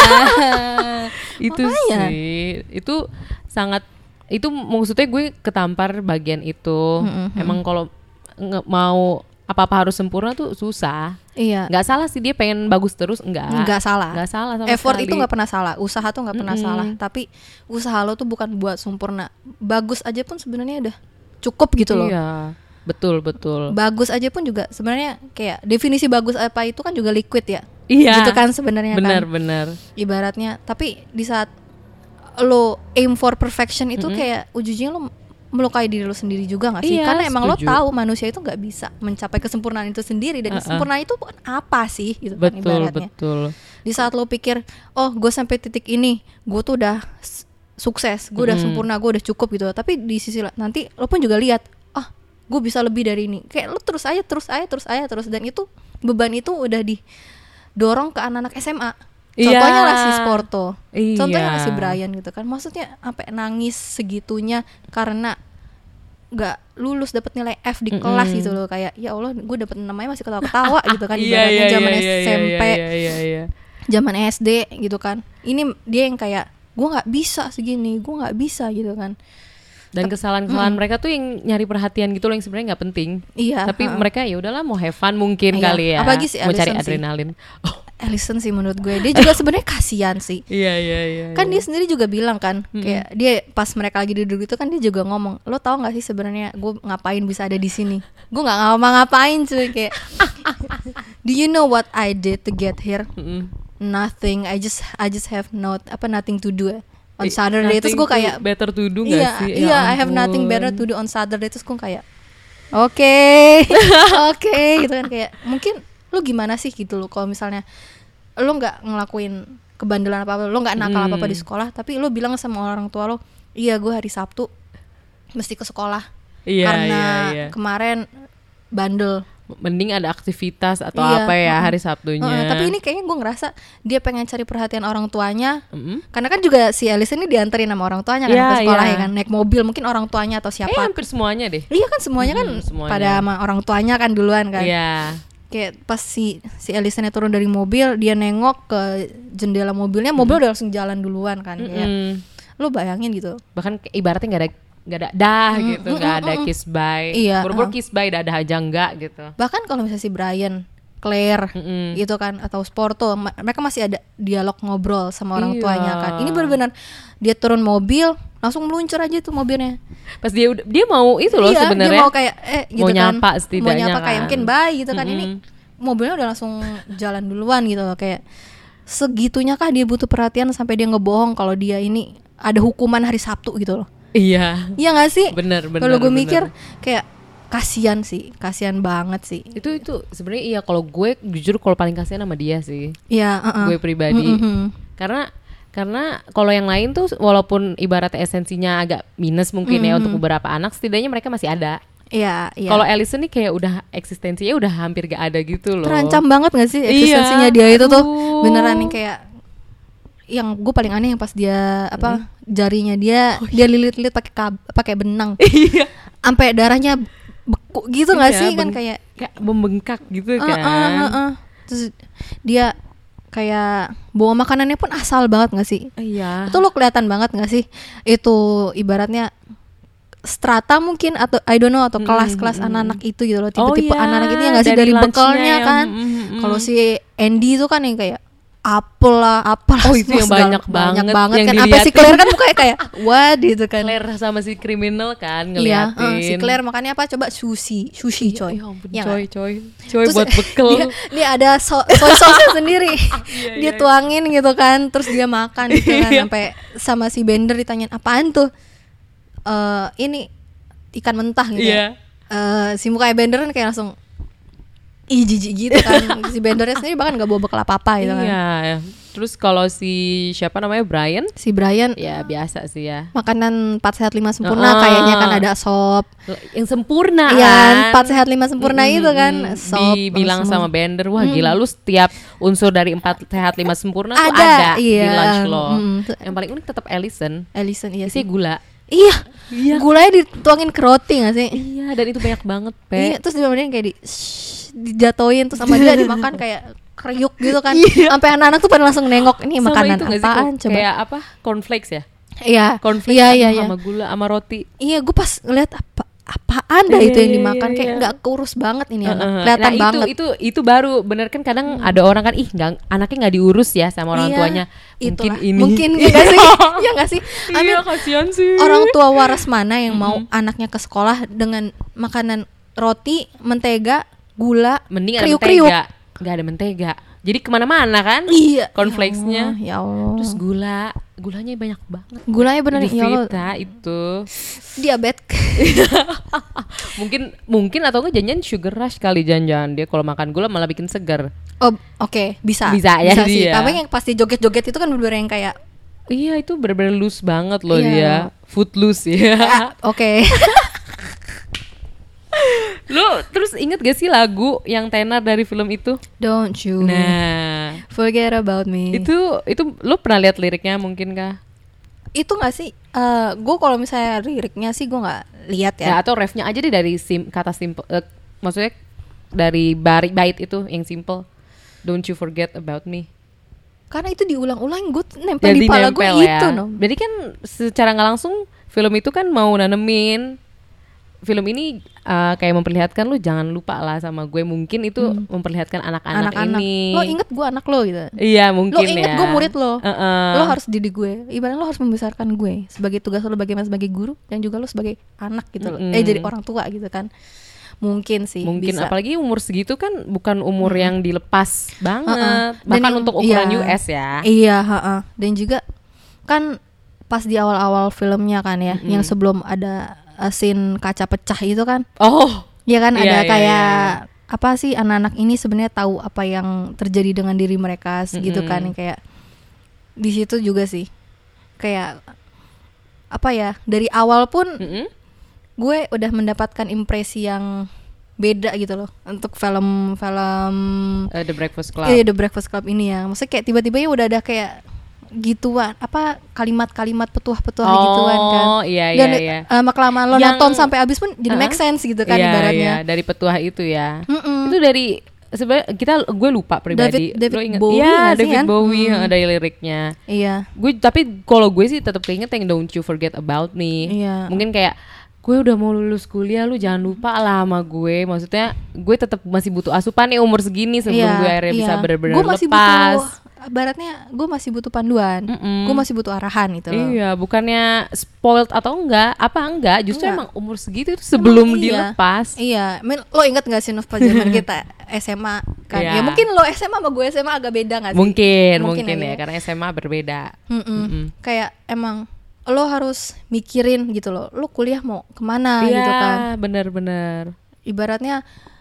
Nah. Itu Makanya. sih. Itu sangat itu maksudnya gue ketampar bagian itu. Emang kalau nge- mau apa-apa harus sempurna tuh susah. Iya. Nggak salah sih dia pengen bagus terus, enggak. Nggak salah. Nggak salah sama Effort sekali. itu nggak pernah salah, usaha tuh nggak pernah Mm-mm. salah. Tapi usaha lo tuh bukan buat sempurna. Bagus aja pun sebenarnya udah cukup gitu loh. Iya. Betul, betul. Bagus aja pun juga sebenarnya kayak definisi bagus apa itu kan juga liquid ya. Iya. Gitu kan sebenarnya Benar, kan. benar. Ibaratnya, tapi di saat lo aim for perfection itu kayak ujungnya lo melukai diri lo sendiri juga gak sih? Iya, Karena emang setuju. lo tahu manusia itu nggak bisa mencapai kesempurnaan itu sendiri. Dan Uh-uh. kesempurnaan itu bukan apa sih gitu kan Betul, ibaratnya. betul. Di saat lo pikir, oh gue sampai titik ini, gue tuh udah s- sukses, gue udah Mm-mm. sempurna, gue udah cukup gitu. Tapi di sisi la- nanti lo pun juga lihat, ah gue bisa lebih dari ini. Kayak lo terus aja, terus aja, terus aja, terus. Dan itu beban itu udah didorong ke anak-anak S M A. Iya. Contohnya lah si Sporto, Iya. contohnya lah si Brian gitu kan. Maksudnya sampai nangis segitunya karena nggak lulus dapat nilai F di kelas Mm-mm. gitu loh. Kayak ya Allah, gue dapet namanya masih ketawa-ketawa gitu kan. Iya, Ibaratnya iya, zaman iya, iya, S M P, iya, iya, iya. zaman S D gitu kan. Ini dia yang kayak gue nggak bisa segini, gue nggak bisa gitu kan. Dan kesalahan-kesalahan mereka tuh yang nyari perhatian gitu loh yang sebenarnya nggak penting. Iya. Tapi ha-ha. mereka ya udahlah mau have fun mungkin Iya. kali ya. Apalagi si mau cari Allison sih. adrenalin. Oh, Allison sih menurut gue dia juga sebenarnya kasihan sih. iya iya iya. Kan iya. dia sendiri juga bilang kan, kayak dia pas mereka lagi duduk itu kan dia juga ngomong, lo tau gak sih sebenarnya gue ngapain bisa ada di sini? Gue nggak ngapa-ngapain cuy, kayak do you know what I did to get here? Mm-mm. Nothing. I just I just have not apa nothing to do on Eh, Saturday. Terus gue nothing kayak to- better to do nggak iya sih? Ya iya I have nothing ampun. better to do on Saturday. Terus gue kayak oke oke gitu kan, kayak mungkin lu gimana sih gitu lo kalau misalnya lu nggak ngelakuin kebandelan apa apa, lu nggak nakal apa apa di sekolah, tapi lu bilang sama orang tua lo, iya gue hari Sabtu mesti ke sekolah Iya, karena iya, iya. kemarin bandel. Mending ada aktivitas atau Iya, apa ya mm-mm. hari Sabtunya. Heeh, tapi ini kayaknya gue ngerasa dia pengen cari perhatian orang tuanya. Mm-mm. Karena kan juga si Alice ini dianterin sama orang tuanya kan Iya, ke sekolah iya. ya kan, naik mobil mungkin orang tuanya atau Eh siapa. hampir semuanya deh. Iya kan semuanya kan Mm, semuanya. pada sama orang tuanya kan duluan kan. Iya. kayak pas si si Allisonnya turun dari mobil, dia nengok ke jendela mobilnya, mobil udah langsung jalan duluan kan. Kayak, Mm-mm. lu bayangin gitu. Bahkan kayak ibaratnya nggak ada nggak ada dah gitu, nggak ada kiss bye. Iya, Buru-buru uh. kiss bye dadah aja enggak gitu. Bahkan kalau misalnya si Brian, Claire Mm-mm. gitu kan, atau Sporto, ma- mereka masih ada dialog ngobrol sama orang Iya. tuanya kan. Ini benar-benar dia turun mobil langsung meluncur aja tuh mobilnya. Pas dia udah- dia mau itu loh Iya, sebenarnya. dia mau kayak eh gitu Mau kan. nyapa Mau setidaknya nyapa kayak kan. mungkin bye gitu kan. Mm-mm. Ini mobilnya udah langsung jalan duluan gitu loh, kayak segitunya kah dia butuh perhatian sampai dia ngebohong kalau dia ini ada hukuman hari Sabtu gitu loh. Iya. Iya gak sih? Bener, bener, Kalau gue bener. mikir kayak kasihan sih, kasihan banget sih. Itu itu sebenarnya iya, kalau gue jujur kalau paling kasihan sama dia sih. Iya, uh-uh. Gue pribadi. Mm-mm. Karena karena kalau yang lain tuh walaupun ibaratnya esensinya agak minus mungkin ya untuk beberapa anak, setidaknya mereka masih ada. Iya, iya. Kalau Allison nih kayak udah eksistensinya udah hampir gak ada gitu loh. Terancam banget gak sih Iya, eksistensinya dia itu tuh aduh. beneran yang kayak, yang gue paling aneh yang pas dia apa jarinya dia dia lilit-lilit pakai kab- pakai benang, Iya. sampai darahnya beku gitu nggak Iya, sih kan beng- kayak kayak membengkak gitu uh, kan. uh, uh, uh. Terus dia kayak bawa makanannya pun asal banget nggak sih? Iya. Itu lo kelihatan banget nggak sih? Itu ibaratnya strata mungkin atau I don't know atau kelas-kelas anak-anak itu gitu loh, tipe-tipe iya, anak-anak itu yang nggak sih dari dari lunchnya bekalnya yang- kan. mm, mm, mm. Kalau si Andy itu kan yang kayak apel lah, apalah Oh, itu semua yang segala- banyak banget banget yang kan. Sampai si diliatin. Claire kan mukanya kayak what gitu kan. Claire sama si kriminal kan Iya, ngeliatin. uh, si Claire makannya apa coba sushi, sushi coy. Ya ampun, Iya coy, nggak? coy, coy Terus buat bekel. Dia, dia ada so- soy sauce sendiri. Iya, Dia tuangin gitu kan, terus dia makan gitu kan Iya. sampai sama si Bender ditanyain apaan tuh? Eh ini ikan mentah gitu. Iya. Ya. Eh si mukanya Bender kan kayak langsung ih jijik gitu kan. Si Bendernya sendiri bahkan gak bawa bekal apa-apa gitu kan. Iya. Terus kalau si siapa namanya Brian, Si Brian ya biasa sih ya. makanan empat sehat lima sempurna Uh-uh. kayaknya kan ada sop. Yang sempurna Iya, kan. empat sehat lima sempurna Mm-mm. itu kan sop. Dibilang semua. sama Bender, wah gila lu setiap unsur dari empat sehat lima sempurna tuh Ada, ada di iya. lunch lo. Mm. Yang paling unik tetap Allison. Allison iya Isinya sih. gula. Iya. Iya. Gulanya dituangin ke roti gak sih? Iya, dan itu banyak banget, Pe. Iya, terus dia kayak di shhh, dijatoin terus sama dia dimakan kayak kriuk gitu kan. Iya. Sampai anak-anak tuh pada langsung nengok ini Sama makanan itu nggak sih, apaan kok coba. kayak apa? Cornflakes ya? Iya. Cornflakes Iya, sama, iya, iya. sama gula sama roti. Iya, gue pas ngeliat apa apaan dah Iya, itu yang iya, dimakan iya, kayak iya. nggak kurus banget ini anak. Heeh. Kelihatan nah, banget. Itu, itu itu baru bener kan kadang ada orang kan ih nggak anaknya nggak diurus ya sama orang Iya, tuanya. Mungkin itulah. ini. Mungkin ya nggak sih? Ya nggak sih? I mean, Iya, kasihan sih. orang tua waras mana yang mau anaknya ke sekolah dengan makanan roti, mentega, gula, Mending ada kriuk-kriuk. mentega. Nggak ada mentega. Jadi kemana-mana kan? Iya. Cornflakesnya. Ya Allah. Terus gula, gulanya banyak banget. Gulanya bener Di ya Allah. Vita itu. Diabetes. mungkin mungkin atau enggak janjian sugar rush kali janjian dia kalau makan gula malah bikin segar. Oh, oke, bisa. Bisa ya sih. dia. Tapi yang pasti joget-joget itu kan bener-bener yang kayak Iya itu bener-bener loose banget loh Iya. dia. Footloose ya. ah, oke. Lu terus inget gak sih lagu yang tenar dari film itu? Don't you Nah, forget about me. itu itu lu pernah lihat liriknya mungkin kah? itu nggak sih? Eh, gue kalau misalnya liriknya sih gue nggak lihat Ya, ya. atau refnya aja deh dari sim, kata simple, eh, maksudnya dari bari, bait itu yang simple. Don't you forget about me. Karena itu diulang-ulang gue nempel di Jadi kepala gue nempel itu ya. no. Jadi kan secara nggak langsung film itu kan mau nanemin film ini uh, kayak memperlihatkan lu jangan lupa lah sama gue. Mungkin itu memperlihatkan anak-anak, Anak-anak. ini. Lo inget gue anak lo gitu. Iya mungkin Lo ya. inget gue murid lo. Uh-uh. Lo harus didik gue. Ibaratnya lo harus membesarkan gue sebagai tugas lo bagaimana sebagai guru dan juga lo sebagai anak gitu loh. Mm-mm. Eh jadi orang tua gitu kan. Mungkin sih. Mungkin bisa. apalagi umur segitu kan bukan umur yang dilepas banget. Uh-uh. Dan Bahkan yang- untuk ukuran iya. U S ya. Iya, heeh. Dan juga kan pas di awal-awal filmnya kan ya, yang sebelum ada uh, scene kaca pecah itu kan, Oh. ya kan Iya, ada iya, kayak iya, apa sih anak-anak ini sebenarnya tahu apa yang terjadi dengan diri mereka gitu kan, yang kayak di situ juga sih kayak apa ya, dari awal pun Mm-mm. gue udah mendapatkan impresi yang beda gitu loh untuk film-film Uh, The Breakfast Club. Iya, The Breakfast Club ini ya. Maksudnya kayak tiba-tiba ya udah ada kayak gituan, apa kalimat-kalimat petuah-petuah Oh, gituan kan. iya, Dan iya, iya. lama kelamaan lo Yang- nonton sampai habis pun jadi Uh-huh. make sense gitu kan Iya, ibaratnya. iya, dari petuah itu ya. Mm-mm. Itu dari sebenarnya kita gue lupa pribadi. David, David Lo inget? Bowie ya, nggak sih, David kan? Bowie Hmm. ada liriknya. Iya. Gue tapi kalau gue sih tetap keinget yang Don't You Forget About Me. Iya. Mungkin kayak gue udah mau lulus kuliah, lu jangan lupa lah sama gue. Maksudnya gue tetap masih butuh asupan nih umur segini sebelum Iya, gue akhirnya iya. bisa benar-benar Gue masih lepas. butuh, baratnya gue masih butuh panduan. Mm-mm. Gue masih butuh arahan gitu loh. Iya, bukannya spoiled atau enggak, apa enggak, justru Enggak. emang umur segitu itu sebelum Emang iya. dilepas. Iya, Men, lo inget gak sih Nov pas zaman kita S M A kan? Iya. Ya mungkin lo S M A sama gue S M A agak beda gak sih? Mungkin, mungkin, aja. ya, karena S M A berbeda. Mm-mm. Mm-mm. Kayak emang lo harus mikirin gitu loh, lo kuliah mau kemana Iya, gitu kan. benar-benar. Ibaratnya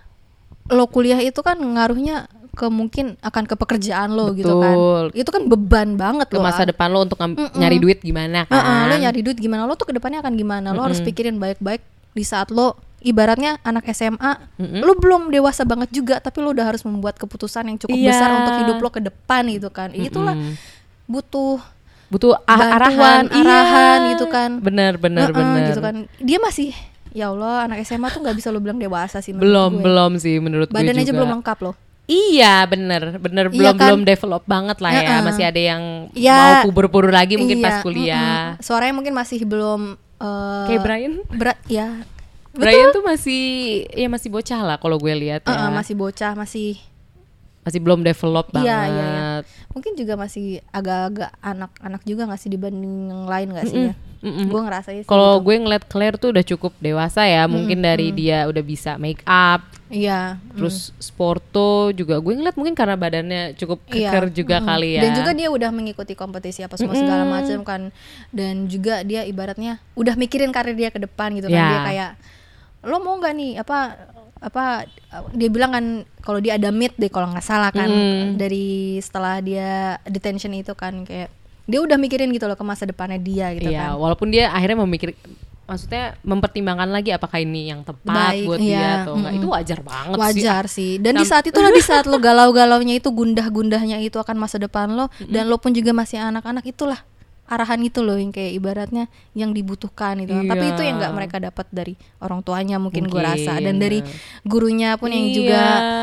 lo kuliah itu kan ngaruhnya ke mungkin akan ke pekerjaan lo gitu kan. Betul. Itu kan beban banget Ke lo. masa depan lo untuk ngam- Mm-mm. nyari duit gimana kan? Heeh, lo nyari duit gimana, lo tuh kedepannya akan gimana. Lo harus Mm-mm. pikirin baik-baik di saat lo ibaratnya anak S M A, Mm-mm. lo belum dewasa banget juga, tapi lo udah harus membuat keputusan yang cukup Iya. besar untuk hidup lo ke depan gitu kan. Itulah Mm-mm. butuh butuh ah- bantuan, arahan, arahan iya. gitu kan. Benar, benar, Heeh, benar. gitu kan. Dia masih, ya Allah, anak S M A tuh nggak bisa lo bilang dewasa sih menurut Belum, gue. belum sih menurut gue Badan juga. aja belum lengkap loh. Iya, bener, bener Iya belum kan? belum develop banget lah ya. Heeh. Masih ada yang Ya, mau puber-puber lagi mungkin iya, pas kuliah. mm-mm. Suaranya mungkin masih belum eh, Kayak Brian. berat ya. Brian tuh masih ya masih bocah lah kalau gue lihat ya. Heeh, masih bocah, masih Masih belum develop banget. Iya, iya, iya. Mungkin juga masih agak-agak anak-anak juga nggak sih dibanding yang lain nggak sih ya? Mm-mm. Gue ngerasa sih. Kalau gitu. gue ngeliat Claire tuh udah cukup dewasa ya. Mungkin dari dia udah bisa make up, Iya. terus sporto juga. Gue ngeliat mungkin karena badannya cukup Iya, keker juga mm-mm. kali ya. Dan juga dia udah mengikuti kompetisi apa semua segala macam kan. Dan juga dia ibaratnya udah mikirin karir dia ke depan gitu kan. Ya. Dia kayak, lo mau nggak nih apa apa dia bilang kan kalau dia ada meet deh kalau nggak salah kan, Mm. dari setelah dia detention itu kan, kayak dia udah mikirin gitu loh ke masa depannya dia gitu Iya, kan. walaupun dia akhirnya memikir, maksudnya mempertimbangkan lagi apakah ini yang tepat Baik, buat iya, dia atau enggak. mm-mm. Itu wajar banget sih. Wajar sih. Dan di Sam- saat itulah, di saat lo galau-galaunya itu, gundah-gundahnya itu akan masa depan lo, dan lo pun juga masih anak-anak, itulah arahan itu loh yang kayak ibaratnya yang dibutuhkan itu. Iya. Tapi itu yang nggak mereka dapat dari orang tuanya mungkin, gue Mungkin. rasa, dan dari gurunya pun yang Iya. juga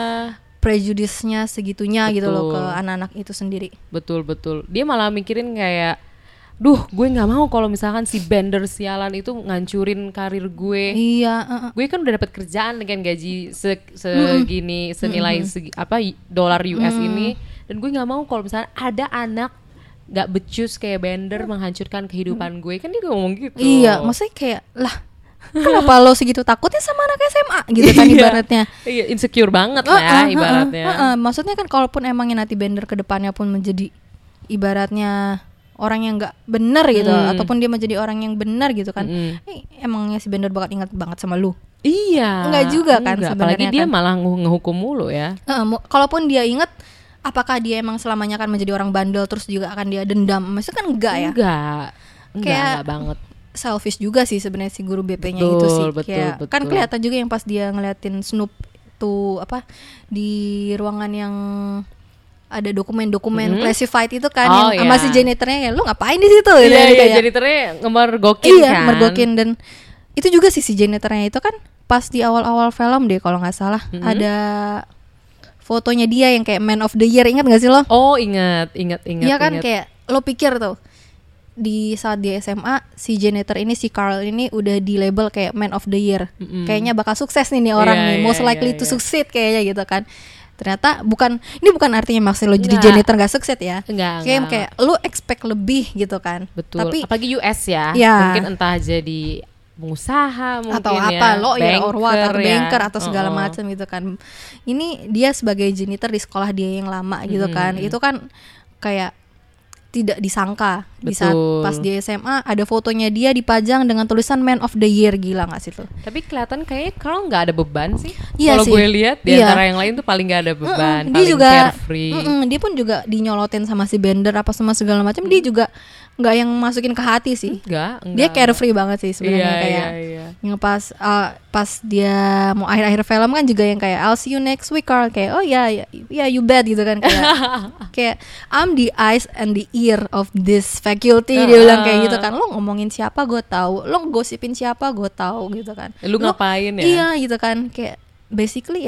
prejudisnya segitunya gitu loh ke Betul. anak-anak itu sendiri. Betul betul. Dia malah mikirin kayak, duh, gue nggak mau kalau misalkan si Bender sialan itu ngancurin karir gue. Iya, uh-uh. Gue kan udah dapat kerjaan dengan gaji se- segini, senilai segi, apa y- dolar U S ini, dan gue nggak mau kalau misalnya ada anak nggak becus kayak Bender menghancurkan kehidupan gue. Kan dia ngomong gitu. Iya, maksudnya kayak lah, kenapa lo segitu takutnya sama anak S M A gitu kan Iya. ibaratnya. Iya, insecure banget Uh-uh, lah uh-uh, ibaratnya. uh-uh. Maksudnya kan kalaupun emangnya nanti Bender ke depannya pun menjadi ibaratnya orang yang nggak benar gitu, Hmm. ataupun dia menjadi orang yang benar gitu kan, Mm-mm. eh, emangnya si Bender bakal ingat banget sama lu? Iya. Enggak juga kan Enggak, sebenarnya apalagi dia kan. malah nge- ngehukum mulu ya. Uh, mu- kalaupun dia ingat, apakah dia emang selamanya akan menjadi orang bandel terus juga akan dia dendam? Maksudnya kan enggak ya? Enggak. Enggak, Kayak- enggak banget. Selfish juga sih sebenarnya si guru B P-nya Betul, itu sih. betul, Kayak betul. kan kelihatan juga yang pas dia ngeliatin Snoop tuh apa di ruangan yang ada dokumen-dokumen Mhm. classified itu kan, Oh, yang sama iya. si janitornya ya, lu ngapain di situ? Gitu, Iya, iya, kayak, jadi ternyata ngemergokin iya, kan. mergokin. Dan itu juga sih si janitornya itu kan pas di awal-awal film deh kalau nggak salah, Mhm. ada fotonya dia yang kayak Man of the Year, ingat gak sih lo? Oh, ingat, ingat, ingat. Iya kan, ingat. kayak lo pikir tuh di saat dia S M A, si janitor ini, si Carl ini udah di label kayak Man of the Year. Mm-mm. Kayaknya bakal sukses nih nih orang Iya, nih, iya, most likely iya, to iya. succeed kayaknya gitu kan. Ternyata bukan, ini bukan artinya maksudnya lo jadi Enggak. janitor gak sukses ya. Enggak, Kayak enggak. kayak lo expect lebih gitu kan. Betul. Tapi apalagi U S ya. Iya. Mungkin entah jadi pengusaha mungkin atau ya. apa lawyer or what, atau ya. banker atau segala Oh, oh. macam gitu kan. Ini dia sebagai janitor di sekolah dia yang lama gitu kan. Hmm. Itu kan kayak tidak disangka di saat Betul. pas di S M A ada fotonya dia dipajang dengan tulisan Man of the Year. Gila gak sih tuh? Tapi kelihatan kayaknya Carl nggak ada beban sih. Iya Kalau sih. gue lihat di Iya. antara yang lain tuh paling nggak ada beban, Mm-mm, dia paling juga carefree. mm-mm, dia pun juga dinyolotin sama si Bender apa semua segala macam. Dia juga nggak yang masukin ke hati sih. Enggak, enggak. Dia carefree banget sih sebenarnya. Iya, Kayak iya, iya. yang pas uh, pas dia mau akhir-akhir film kan juga yang kayak I'll see you next week Carl, kayak oh ya ya yeah, you bet gitu kan, kayak kayak I'm the eyes and the ear of this faculty, dia bilang kayak gitu kan. Lo ngomongin siapa gue tahu, lo gosipin siapa gue tahu gitu kan. Lu Lo- ngapain ya? Iya gitu kan, kayak basically ya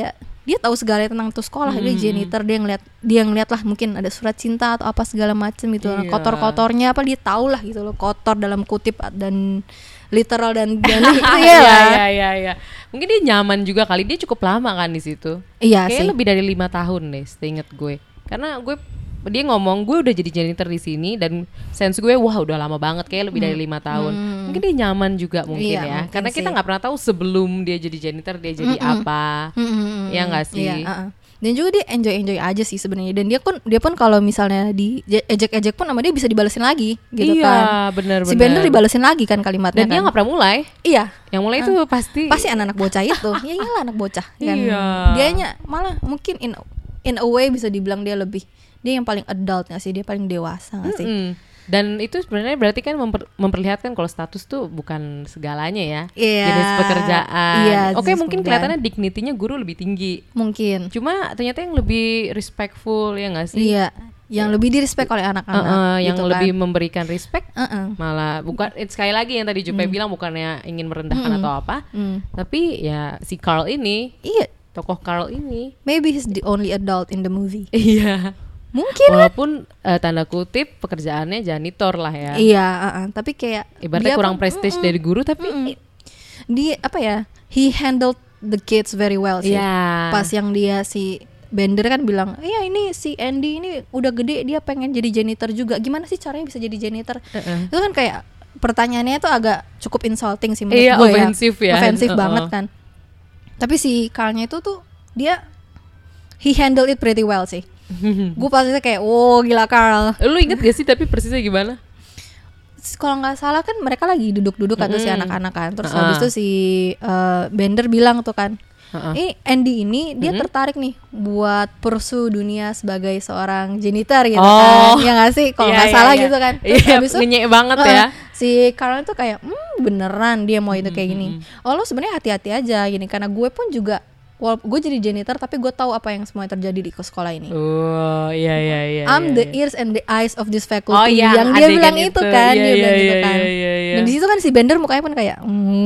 dia tahu segala tentang tuh sekolah. Hmm. Dia janitor, dia ngeliat dia ngeliat lah mungkin ada surat cinta atau apa segala macem gitu. Iya. Kotor-kotornya apa dia tahu lah gitu loh, kotor dalam kutip dan literal dan dan itu ya Iya lah. iya iya iya. Mungkin dia nyaman juga kali, dia cukup lama kan di situ. Iya Kayaknya sih. lebih dari lima tahun deh, seinget gue. Karena gue dia ngomong gue udah jadi janitor di sini dan sense gue wah udah lama banget, kayak lebih dari lima tahun. Mungkin dia nyaman juga mungkin Iya, ya. mungkin Karena kita sih. nggak pernah tahu sebelum dia jadi janitor dia jadi apa. Mm-mm. Ya nggak sih? Iya, uh-uh. Dan juga dia enjoy-enjoy aja sih sebenarnya. Dan dia pun dia pun kalau misalnya di ejek-ejek pun sama dia bisa dibalesin lagi gitu Iya, kan. benar-benar. Si Bender dibalesin lagi kan kalimatnya Dan dia kan. nggak pernah mulai. Iya. Yang mulai itu pasti. Pasti anak-anak bocah itu. Ya iyalah anak bocah kan. Iya. Dianya malah mungkin in in a way bisa dibilang dia lebih dia yang paling adult nggak sih, dia paling dewasa nggak sih. Mm-mm. Dan itu sebenarnya berarti kan memper- memperlihatkan kalau status tuh bukan segalanya ya. Iya. Jenis pekerjaan. Iya, Oke, jenis mungkin pekerjaan. kelihatannya dignity-nya guru lebih tinggi. Mungkin. Cuma ternyata yang lebih respectful ya nggak sih? Iya, yang lebih di respect oleh anak-anak Uh-uh, yang gitu lebih kan. memberikan respect. Uh-uh. Malah bukan it's sekali lagi yang tadi Jupe bilang bukannya ingin merendahkan Mm. atau apa. Mm. Tapi ya si Carl ini, Iya, tokoh Carl ini maybe he's the only adult in the movie. iya. Mungkin kan? Walaupun eh, tanda kutip pekerjaannya janitor lah ya. Iya, uh-uh. tapi kayak Ibaratnya dia kurang pun- prestige mm-mm. dari guru tapi Mm-mm. dia apa ya? He handled the kids very well sih. Iya. Pas yang dia si Bender kan bilang, iya ini si Andy ini udah gede dia pengen jadi janitor juga. Gimana sih caranya bisa jadi janitor? Uh-uh. Itu kan kayak pertanyaannya itu agak cukup insulting sih menurut Iya, gue ofensif ya. Ofensif Uh-uh. banget kan. Tapi si Carl-nya itu tuh dia he handled it pretty well sih. Gue pasti kayak, wow gila Carl. Lu inget gak sih tapi persisnya gimana? Kalau nggak salah kan mereka lagi duduk-duduk kan tuh si Mm. anak-anak kan. Terus Uh-uh. habis itu si uh, Bender bilang tuh kan, Uh-uh. eh Andy ini dia tertarik nih buat pursue dunia sebagai seorang janitor gitu Oh. kan. Ya nggak sih? Kalau Iya, nggak iya, salah iya. gitu kan. Terus Iya, habis itu ngenyek banget uh-uh, ya. Si Carl tuh kayak, hmm beneran dia mau itu kayak gini. Oh lo sebenarnya hati-hati aja gini, karena gue pun juga wal- gue jadi janitor tapi gue tahu apa yang semua terjadi di sekolah ini. Oh, iya iya iya. I'm iya, the iya. ears and the eyes of this faculty. Oh, iya, yang dia adegan bilang itu, itu. kan, Iya, dia iya, bilang gitu iya, kan. iya, iya, iya. Dan di situ kan si Bender mukanya pun kayak,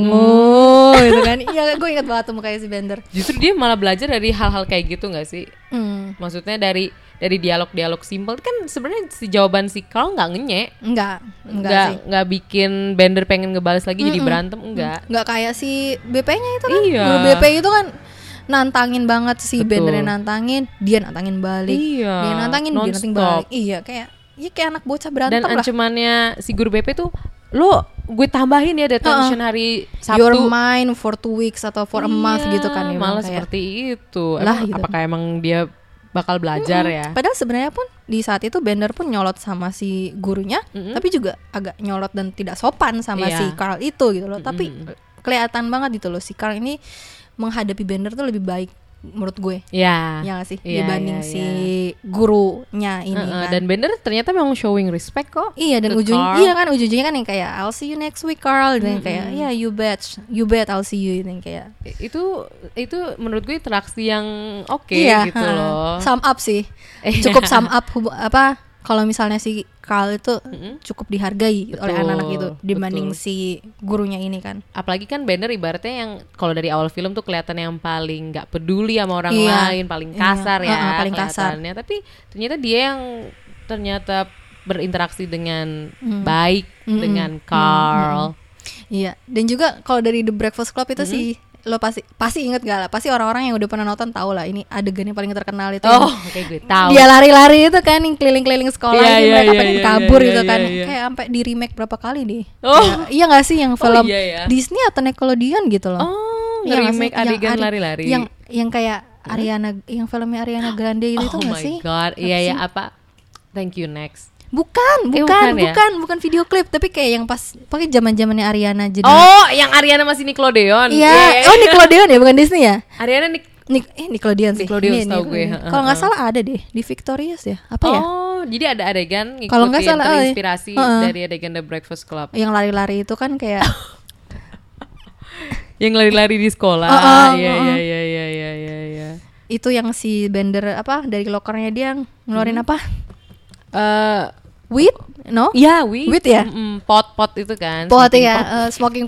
oh, gitu kan. Iya, gue ingat banget tuh mukanya si Bender. Justru dia malah belajar dari hal-hal kayak gitu nggak sih? Hmm, Maksudnya dari dari dialog-dialog simpel kan sebenarnya si jawaban si Carl nggak ngenyek, enggak, enggak nggak sih. nggak bikin Bender pengen ngebales lagi jadi berantem, enggak. Enggak kayak si B P-nya itu kan. Iya. Guru B P itu kan nantangin banget si Betul. Bendernya nantangin, dia nantangin balik. Iya, Dia nantangin, dia nantangin nonstop. balik. Iya, kayak ya kayak anak bocah Dan berantem lah. ancamannya si guru B P tuh, lo gue tambahin ya detention hari Sabtu. You're mine for two weeks atau for a month Iya, gitu kan. Dia malah bilang kayak, seperti itu. Lah, Emang gitu. apakah emang dia bakal belajar ya? Padahal sebenarnya pun di saat itu Bender pun nyolot sama si gurunya, Mm-mm. tapi juga agak nyolot dan tidak sopan sama Iya. si Carl itu gitu loh. Tapi kelihatan banget gitu loh si Carl ini menghadapi Bender tuh lebih baik menurut gue. Ya. Ya gak sih? Iya, Dibanding iya, si iya. gurunya ini Uh-uh, kan. Dan Bender ternyata memang showing respect kok. Iya, dan ke ujung Carl. iya kan ujung-ujungnya kan yang kayak I'll see you next week Carl, dan yang kayak ya you bet, you bet I'll see you, yang kayak Itu itu menurut gue interaksi yang oke iya, gitu ha, loh. sum up sih. Iya. Cukup sum up hubu- apa kalau misalnya si Carl itu cukup dihargai oleh Betul, anak-anak itu dibanding betul. si gurunya ini kan. Apalagi kan Bender ibaratnya yang kalau dari awal film tuh kelihatan yang paling nggak peduli sama orang Iya. lain, paling Iya. kasar ya, Uh-uh, paling kasar. kelihatannya. Tapi ternyata dia yang ternyata berinteraksi dengan baik Mm-mm. dengan Carl. Iya, dan juga kalau dari The Breakfast Club itu sih lo pasti pasti inget gak lah, pasti orang-orang yang udah pernah nonton tahu lah ini adegan yang paling terkenal itu Oh, yang oke gue tahu. dia lari-lari itu kan yang keliling-keliling sekolah Iya, itu iya, mereka iya, pengen iya, kabur iya, gitu iya, kan iya. kayak sampai di remake berapa kali deh. Oh. Kayak, iya gak sih yang film iya, ya. Disney atau Nickelodeon gitu loh. Oh, Iya nggak remake sih? Yang adegan ade- lari-lari. Yang yang kayak Ariana, yang filmnya Ariana Grande itu Oh tuh nggak my sih? god, Apa iya sih? ya apa? Thank you next. Bukan, Eh, bukan, bukan bukan, ya? bukan, video klip, tapi kayak yang pas pakai zaman-zamannya Ariana jadi. Oh, yang Ariana masih Nickelodeon. Iya, oh Nickelodeon ya, bukan Disney ya? Ariana Nick. Nik, eh Nickelodeon sih. Nickelodeon Ini- setahu gue, ini- heeh, Kalau nggak heeh. salah ada deh di Victorious ya. Apa ya? Oh, jadi ada adegan ngikutin Kalau nggak salah, eh, terinspirasi heeh. dari adegan The Breakfast Club. Yang lari-lari itu kan kayak Yang lari-lari di sekolah. Heeh, Iya, heeh. iya, iya, iya, iya, iya, iya. itu yang si Bender apa dari lokernya dia ngeluarin Hmm. apa? Eh, Weed? No? ya, wheat. Wheat ya? Mm-mm, pot-pot itu kan. Pot smoking ya, pot. eh, smoking pot.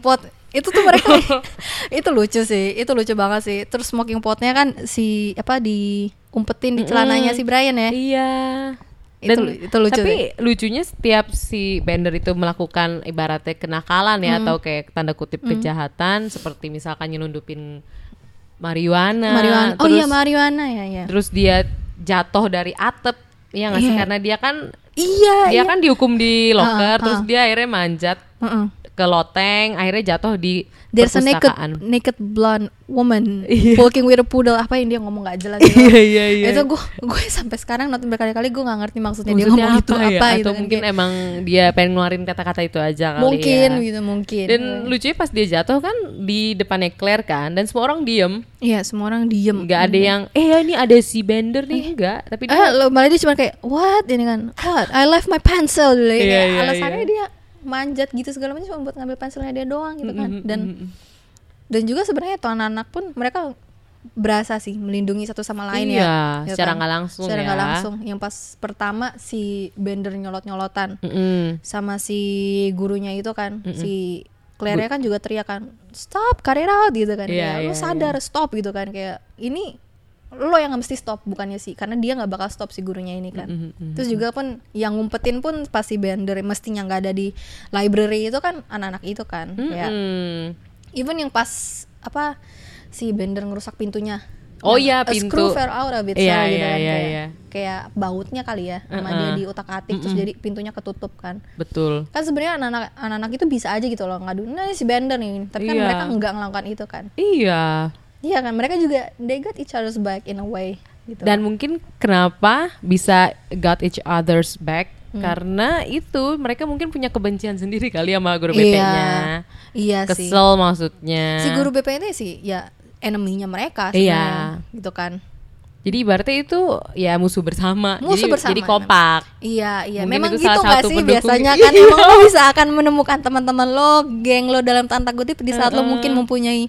Itu tuh mereka itu lucu sih, itu lucu banget sih. Terus smoking potnya kan si apa diumpetin di celananya si Brian ya. Iya. Itu Dan, itu lucu. Tapi deh. lucunya setiap si Bender itu melakukan ibaratnya kenakalan ya Hmm. atau kayak tanda kutip kejahatan seperti misalkan nyelundupin marijuana. Marijuana. Oh terus, iya marijuana ya ya. Terus dia jatuh dari atap, ya nggak sih? Iya. Karena dia kan Iya. dia iya. kan dihukum di locker, Ah, terus ah. dia akhirnya manjat Uh-uh. ke loteng, akhirnya jatuh di There's a naked perpustakaan. naked blonde woman Iya. walking with a poodle. Apa yang dia ngomong nggak jelas gitu. Iya iya iya. Itu gue gue sampai sekarang nonton berkali-kali gue nggak ngerti maksudnya, dia Maksudnya ngomong itu ya? apa Atau gitu kan. mungkin Kayak, emang dia pengen ngeluarin kata-kata itu aja kali mungkin ya. gitu mungkin. Dan lucunya pas dia jatuh kan di depannya Claire kan, dan semua orang diem, Iya semua orang diem. nggak ada yang eh ya ini ada si Bender nih, enggak, tapi Eh, dia lo malah dia cuma kayak what ini kan, what I left my pencil dulu. Iya, Kayak iya, alasannya iya. dia manjat gitu segala macam cuma buat ngambil pensilnya dia doang gitu kan. Mm-mm, Dan mm-mm. dan juga sebenarnya tuh anak-anak pun mereka berasa sih melindungi satu sama lain Iya, ya. gitu secara kan. nggak langsung Secara ya. nggak langsung. Yang pas pertama si Bender nyolot-nyolotan Mm-mm. sama si gurunya itu kan, si Claire kan juga teriak kan, stop, cut it out gitu kan. Iya, Kayak, lo iya, sadar stop gitu kan, kayak ini lo yang mesti stop bukannya sih, karena dia nggak bakal stop si gurunya ini kan. Mm-mm. Terus juga pun yang ngumpetin pun pas si Bender mestinya nggak ada di library itu kan anak-anak itu kan. Kayak Mm-mm. even yang pas apa si Bender ngerusak pintunya. Oh Yang iya, a pintu. screw fell out of it, Iya, sorry, gitu iya, kan. iya, kayak, iya. kayak bautnya kali ya sama Uh-uh. dia di utak-atik terus jadi pintunya ketutup kan. Betul. Kan sebenarnya anak-anak anak-anak itu bisa aja gitu loh ngadu, nah si Bender nih, tapi kan Iya. mereka nggak ngelakukan itu kan. Iya. Iya kan, mereka juga they got each other's back in a way gitu. Dan mungkin kenapa bisa got each other's back, Hmm. karena itu mereka mungkin punya kebencian sendiri kali sama guru B P-nya. Iya sih. Kesel maksudnya. Si guru B P ini sih ya enemy-nya mereka Iya. sebenarnya gitu kan. Jadi ibaratnya itu ya musuh bersama. Musuh jadi, bersama, Jadi kompak. Iya, iya. Mungkin Memang itu gitu salah nggak satu sih pendukung. biasanya kan Iya. emang lo bisa akan menemukan teman-teman lo, geng lo dalam tanda kutip di saat lo mungkin mempunyai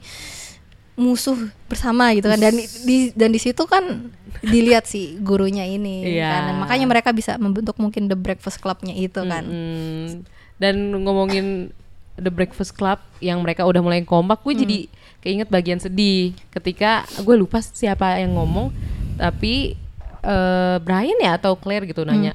musuh bersama gitu kan. Dan di dan di situ kan dilihat si gurunya ini Iya. kan. Dan makanya mereka bisa membentuk mungkin The Breakfast Club-nya itu kan. Mm-mm. Dan ngomongin The Breakfast Club yang mereka udah mulai kompak, gue jadi keinget bagian sedih ketika gue lupa siapa yang ngomong, tapi eh, Brian ya atau Claire gitu nanya,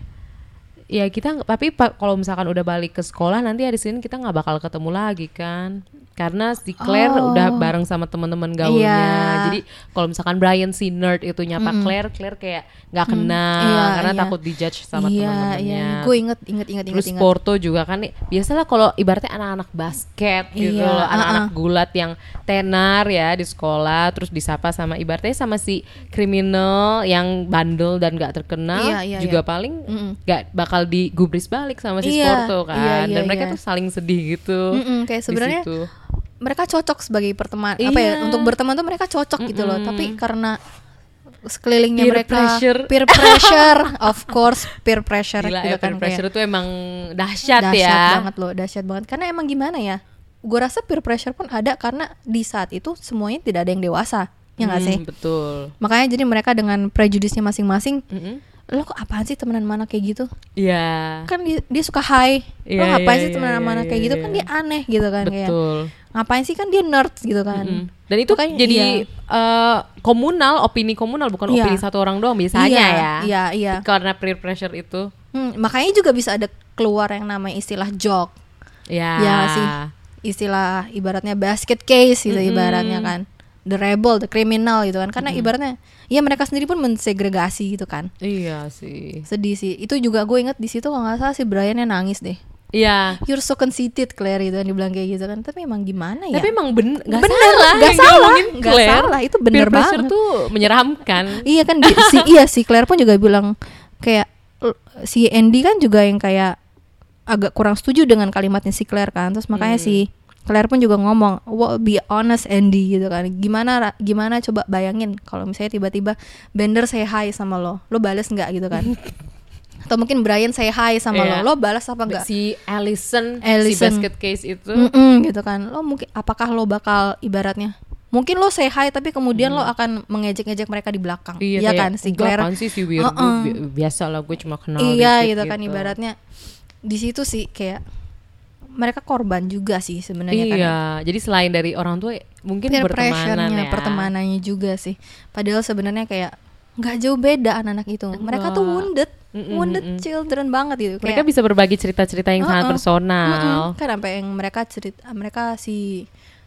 ya kita nggak- tapi pa- kalau misalkan udah balik ke sekolah nanti hari Senin kita nggak bakal ketemu lagi kan, karena si Claire Oh. udah bareng sama teman-teman gaulnya. Iya. Jadi kalau misalkan Brian si nerd itu nyapa Claire, Claire kayak nggak kenal Iya, karena iya. takut dijudge sama Iya, teman-temannya. iya. Gue inget inget inget inget Terus inget. Porto juga kan nih, biasalah kalau ibaratnya anak-anak basket gitu Iya, loh, anak-anak uh-uh. gulat yang tenar ya di sekolah, terus disapa sama ibaratnya sama si kriminal yang bandel dan gak terkenal, Iya, iya, juga iya. paling Mm-mm. gak bakal digubris balik sama si Iya, Porto kan. iya, iya, Dan mereka iya. tuh saling sedih gitu. Mm-mm, kayak di sebenarnya situ. mereka cocok sebagai perteman apa ya, Iya. untuk berteman tuh mereka cocok gitu loh, Mm-mm. tapi karena sekelilingnya Peer mereka pressure. peer pressure of course peer pressure Gila gitu ya, kan, peer pressure kayak tuh emang dahsyat, dahsyat ya. banget loh, dahsyat banget. Karena emang gimana ya, gue rasa peer pressure pun ada karena di saat itu semuanya tidak ada yang dewasa, ya nggak Hmm, sih? betul. Makanya jadi mereka dengan prejudisnya masing-masing, Mm-mm. lo kok apaan sih temenan mana kayak gitu? Iya. Kan dia, dia suka high, lo Iya, ngapain iya, sih temenan iya, mana iya, kayak gitu? iya. Kan dia aneh gitu kan, kayak Betul. ngapain sih, kan dia nerd gitu kan. Mm-mm. Dan itu Makanya, jadi iya. eh, komunal, opini komunal, bukan Iya. opini satu orang doang biasanya Iya, ya. iya, iya. Karena peer pressure itu. Hmm, makanya juga bisa ada keluar yang namanya istilah jock, Ya. ya nggak sih, istilah ibaratnya basket case gitu, Mm-mm. ibaratnya kan, the rebel, the criminal gitu kan, karena Mm-mm. ibaratnya ya mereka sendiri pun mensegregasi gitu kan. Iya sih. Sedih sih itu juga. Gue inget di situ kalau nggak salah si Brian yang nangis deh, Iya. you're so conceited Claire gitu kan, dibilang kayak gitu kan. Tapi emang gimana ya, Tapi emang ben gak Bener, salah, gak yang salah, diomongin gak Claire. salah, itu bener Peer pressure banget. tuh menyeramkan. iya kan di- si iya si Claire pun juga bilang kayak l- si Andy kan juga yang kayak agak kurang setuju dengan kalimatnya si Claire kan. Terus makanya Hmm. si Claire pun juga ngomong, well, be honest Andy gitu kan. Gimana ra- gimana coba bayangin kalau misalnya tiba-tiba Bender say hi sama lo, lo balas nggak gitu kan? Atau mungkin Brian say hi sama Iya. lo, lo balas apa enggak? Si Allison, si Allison. basket case itu. Mm-mm, gitu kan. Lo mungkin apakah lo bakal ibaratnya mungkin lo say hi tapi kemudian lo akan mengejek-ngejek mereka di belakang. Iya, kayak, kan si "Enggak, Claire. apaan sih si weirdo, Uh-uh. bi- biasa lah gue cuma kenal Iya dikit gitu kan, ibaratnya di situ sih kayak mereka korban juga sih sebenarnya kan. Iya, jadi selain dari orang tua mungkin Peer pertemanan pressure-nya, ya. pertemanannya juga sih. Padahal sebenarnya kayak nggak jauh beda anak-anak itu. Mereka tuh wounded, Mm-mm, wounded mm-mm. children banget gitu. Mereka Kayak, bisa berbagi cerita-cerita yang sangat Uh-uh. personal. Mm-mm. Kan sampai yang mereka cerita, mereka si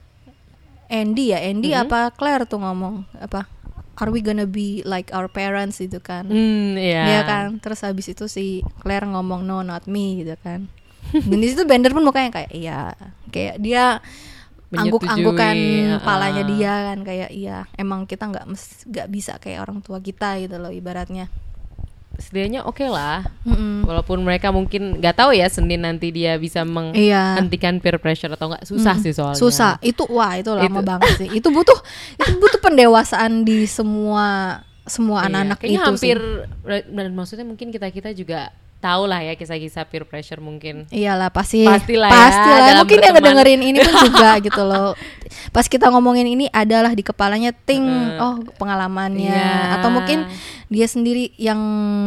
Andy ya, Andy Mm-hmm. apa Claire tuh ngomong apa? Are we gonna be like our parents gitu kan? Hmm, iya. Iya kan. Terus habis itu si Claire ngomong no not me gitu kan. Dan di situ Bender pun mukanya kayak iya, kayak dia angguk-anggukan Menyetujui, palanya uh-uh. dia kan kayak iya, emang kita nggak mes- nggak bisa kayak orang tua kita gitu loh ibaratnya. Setidaknya oke lah. Mm-mm. Walaupun mereka mungkin nggak tahu ya Senin nanti dia bisa Iya. menghentikan peer pressure atau nggak, susah Mm. sih soalnya. Susah. Itu wah itu lama Itu. banget sih. Itu butuh itu butuh pendewasaan di semua semua Iya, anak-anak kayaknya itu hampir sih. dan maksudnya mungkin kita kita juga tahu lah ya kisah-kisah peer pressure mungkin. Iyalah pasti Pastilah ya, pastilah. dalam Mungkin yang berteman. ngedengerin ini pun juga gitu loh. Pas kita ngomongin ini adalah di kepalanya ting oh pengalamannya Iya. atau mungkin dia sendiri yang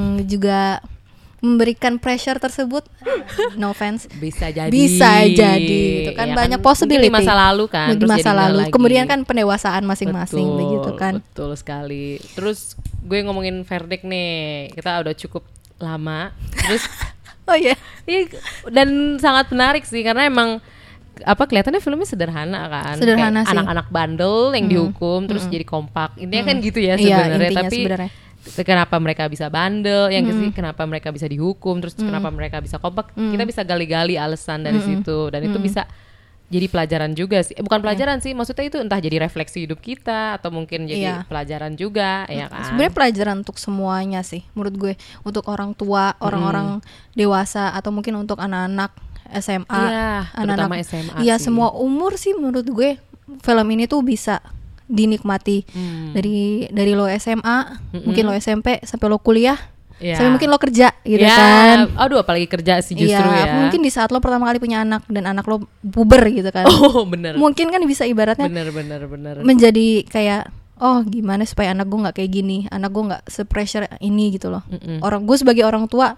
juga memberikan pressure tersebut. No offense. Bisa jadi. Bisa jadi itu kan Ya banyak mungkin possibility. di masa lalu kan. Di terus masa jadi lalu. lagi. Kemudian kan pendewasaan masing-masing Betul, begitu kan. Betul sekali. Terus gue ngomongin verdict nih. Kita udah cukup lama. Terus Oh iya. iya, dan sangat menarik sih karena emang apa kelihatannya filmnya sederhana kan. Sederhana Kayak sih. anak-anak bandel yang dihukum terus jadi kompak. Intinya kan gitu ya Iya, sebenarnya. intinya Tapi sebenarnya. kenapa mereka bisa bandel, yang kesi- kenapa mereka bisa dihukum, terus kenapa mereka bisa kompak, kita bisa gali-gali alasan dari situ dan itu bisa jadi pelajaran juga sih. Eh, bukan pelajaran sih, maksudnya itu entah jadi refleksi hidup kita atau mungkin jadi Iya. pelajaran juga, ya kan. Sebenarnya pelajaran untuk semuanya sih menurut gue, untuk orang tua, orang-orang dewasa atau mungkin untuk anak-anak S M A, Iya, anak-anak terutama S M A Iya, sih. semua umur sih menurut gue film ini tuh bisa dinikmati Hmm. dari dari lo S M A, mungkin lo S M P sampai lo kuliah, Iya. sampai mungkin lo kerja gitu Ya, kan. aduh apalagi kerja sih justru Iya, ya. mungkin di saat lo pertama kali punya anak dan anak lo puber gitu kan. Oh bener, Mungkin kan bisa ibaratnya bener bener bener. menjadi kayak oh gimana supaya anak gue nggak kayak gini, anak gue nggak se-pressure ini gitu loh. Mm-mm. Orang gue sebagai orang tua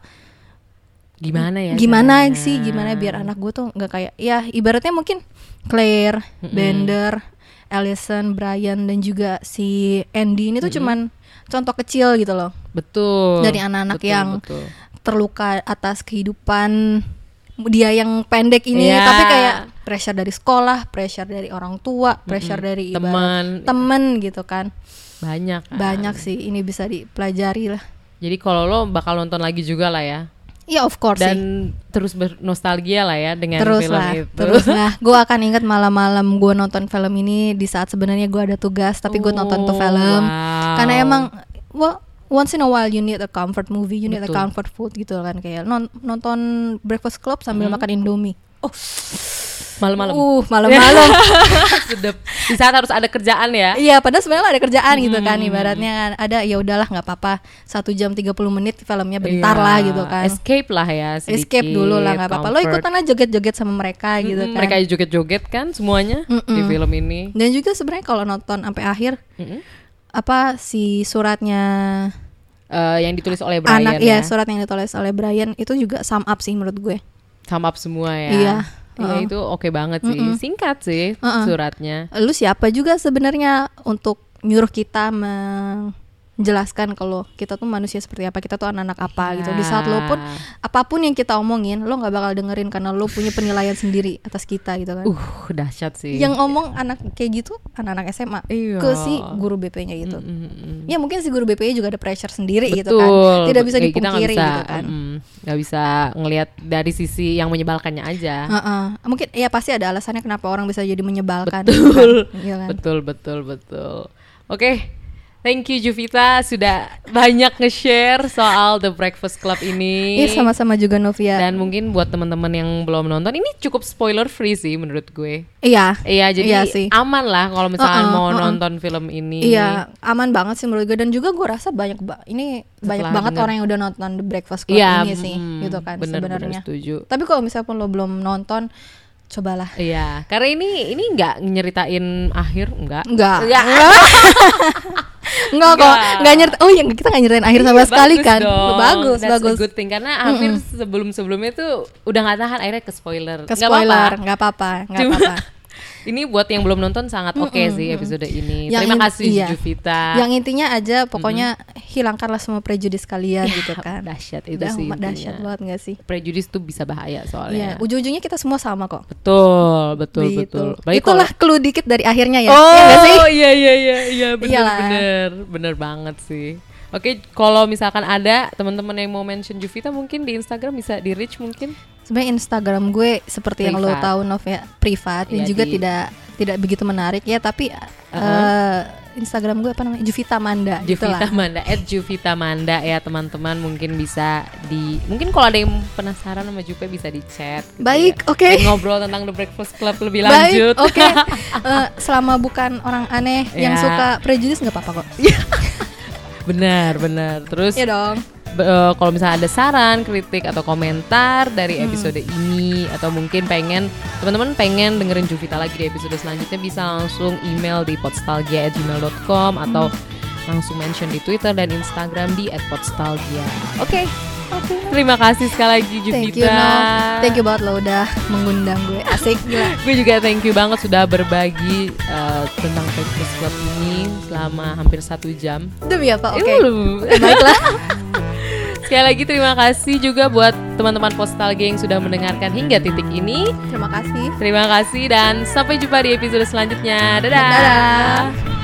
Gimana ya? gimana caranya? sih gimana biar anak gue tuh nggak kayak ya ibaratnya mungkin Claire, Bender, Allison, Brian dan juga si Andy ini tuh cuman contoh kecil gitu loh Betul. dari anak-anak betul, yang betul. terluka atas kehidupan dia yang pendek ini, Iya. tapi kayak pressure dari sekolah, pressure dari orang tua, pressure dari ibarat Teman. temen gitu kan. Banyak kan? Banyak sih, ini bisa dipelajari lah. Jadi kalau lo bakal nonton lagi juga lah ya. Iya of course sih. Dan terus bernostalgia lah ya dengan Terus film lah, itu. terus lah. Gue akan ingat malam-malam gue nonton film ini di saat sebenarnya gue ada tugas, tapi gue nonton tuh Oh, film. wow. Karena emang, well, once in a while you need a comfort movie, you need Betul. a comfort food gitu kan, kayak non- nonton Breakfast Club sambil makan Indomie. Oh, Malam-malam. uh, malam-malam. Sedep. Di saat harus ada kerjaan ya. Iya, padahal sebenarnya ada kerjaan gitu kan, Hmm. ibaratnya kan ada ya udahlah nggak apa-apa, satu jam tiga puluh menit filmnya bentar Iya. lah gitu kan. Escape lah ya sedikit. Escape dulu lah nggak apa-apa. Lo comfort. ikutan aja joget-joget sama mereka gitu Mm-mm, kan. Mereka joget-joget kan semuanya di Mm-mm. film ini. Dan juga sebenarnya kalau nonton sampai akhir Mm-mm. apa si suratnya Eh, yang ditulis oleh Brian anak ya. ya, surat yang ditulis oleh Brian itu juga sum up sih menurut gue. Sum up semua ya. Iya. Iya, Uh-uh. itu oke banget sih. Mm-mm. Singkat sih Uh-uh. suratnya. Lu siapa juga sebenarnya untuk nyuruh kita menjelaskan kalau kita tuh manusia seperti apa, kita tuh anak-anak apa gitu. Di saat lo pun apapun yang kita omongin, lo nggak bakal dengerin karena lo punya penilaian sendiri atas kita gitu kan. Uh, dahsyat sih. Yang ngomong anak kayak gitu anak-anak S M A Iya. ke si guru B P-nya gitu. Mm-mm. Ya mungkin si guru B P-nya juga ada pressure sendiri gitu Betul. kan. Tidak bisa Kayak kita nggak dipungkiri bisa, gitu kan. mm, nggak bisa ngelihat dari sisi yang menyebalkannya aja. Heeh. Mungkin ya pasti ada alasannya kenapa orang bisa jadi menyebalkan. Betul. Kan? Iya kan? Betul, betul, betul. Oke, thank you Juvita sudah banyak nge-share soal The Breakfast Club ini. Iya sama-sama juga Novia. Dan mungkin buat teman-teman yang belum nonton, ini cukup spoiler free sih menurut gue. Iya. Iya, jadi Iya sih. aman lah kalau misalnya Uh-uh, mau uh-uh. nonton film ini. Iya, aman banget sih menurut gue. Dan juga gue rasa banyak ba- ini banyak Setelah banget denger. orang yang udah nonton The Breakfast Club Iya, ini sih, mm, gitu kan bener, sebenarnya. bener setuju. Tapi kalau misalnya pun lo belum nonton, cobalah. Iya, karena ini ini nggak nyeritain akhir, enggak. Enggak. Enggak. Enggak kok, enggak nyeritain. Oh, yang kita enggak nyeritain akhir sama Iya, sekali bagus kan. dong. Bagus, That's bagus. a good thing karena hampir sebelum-sebelumnya tuh udah nggak tahan akhirnya ke spoiler. Ke Nggak spoiler, apa-apa. enggak apa-apa, enggak Cuma- apa-apa. Ini buat yang belum nonton sangat oke sih episode ini. Yang Terima in- kasih iya. Juvita. Yang intinya aja pokoknya hilangkanlah semua prejudis kalian gitu kan. Dahsyat itu Udah, sih intinya. dahsyat banget gak sih? Prejudice tuh bisa bahaya Iya, soalnya. ujung-ujungnya kita semua sama kok. Betul, betul, Gitu. betul. Apalagi Itulah kalau- clue dikit dari akhirnya ya. Oh, Iya nggak sih? iya iya iya iya bener Iyalah. bener bener banget sih. Oke, kalau misalkan ada teman-teman yang mau mention Juvita mungkin di Instagram bisa di reach mungkin. Sebenarnya Instagram gue seperti yang lo Privat. tahu Nov ya, privat dan Iya, juga di- tidak tidak begitu menarik ya, tapi eh, Instagram gue apa namanya? Juvita Manda Juvita gitulah. Manda, at Juvita Manda ya teman-teman, mungkin bisa di, mungkin kalau ada yang penasaran sama Jupe bisa di chat. gitu Baik, ya. oke. Dan ngobrol tentang The Breakfast Club lebih Baik, lanjut. oke. Eh, selama bukan orang aneh yang Ya. suka prejudice nggak apa-apa kok. Benar, benar. Terus Iya dong. be- eh, kalau misalnya ada saran, kritik atau komentar dari episode ini atau mungkin pengen teman-teman pengen dengerin Juvita lagi di episode selanjutnya, bisa langsung email di podstalgia at gmail dot com atau langsung mention di Twitter dan Instagram di at podstalgia. Oke. Oke. Terima kasih sekali lagi Juvita. Thank you no. Thank you banget lo udah mengundang gue. Asik gila. Gue juga thank you banget sudah berbagi uh, tentang Breakfast Club ini selama hampir satu jam. Demi apa? Oke. Uh. Eh, baiklah. Sekali lagi terima kasih juga buat teman-teman Postalgia yang sudah mendengarkan hingga titik ini. Terima kasih. Terima kasih dan sampai jumpa di episode selanjutnya. Dadah. Dadah.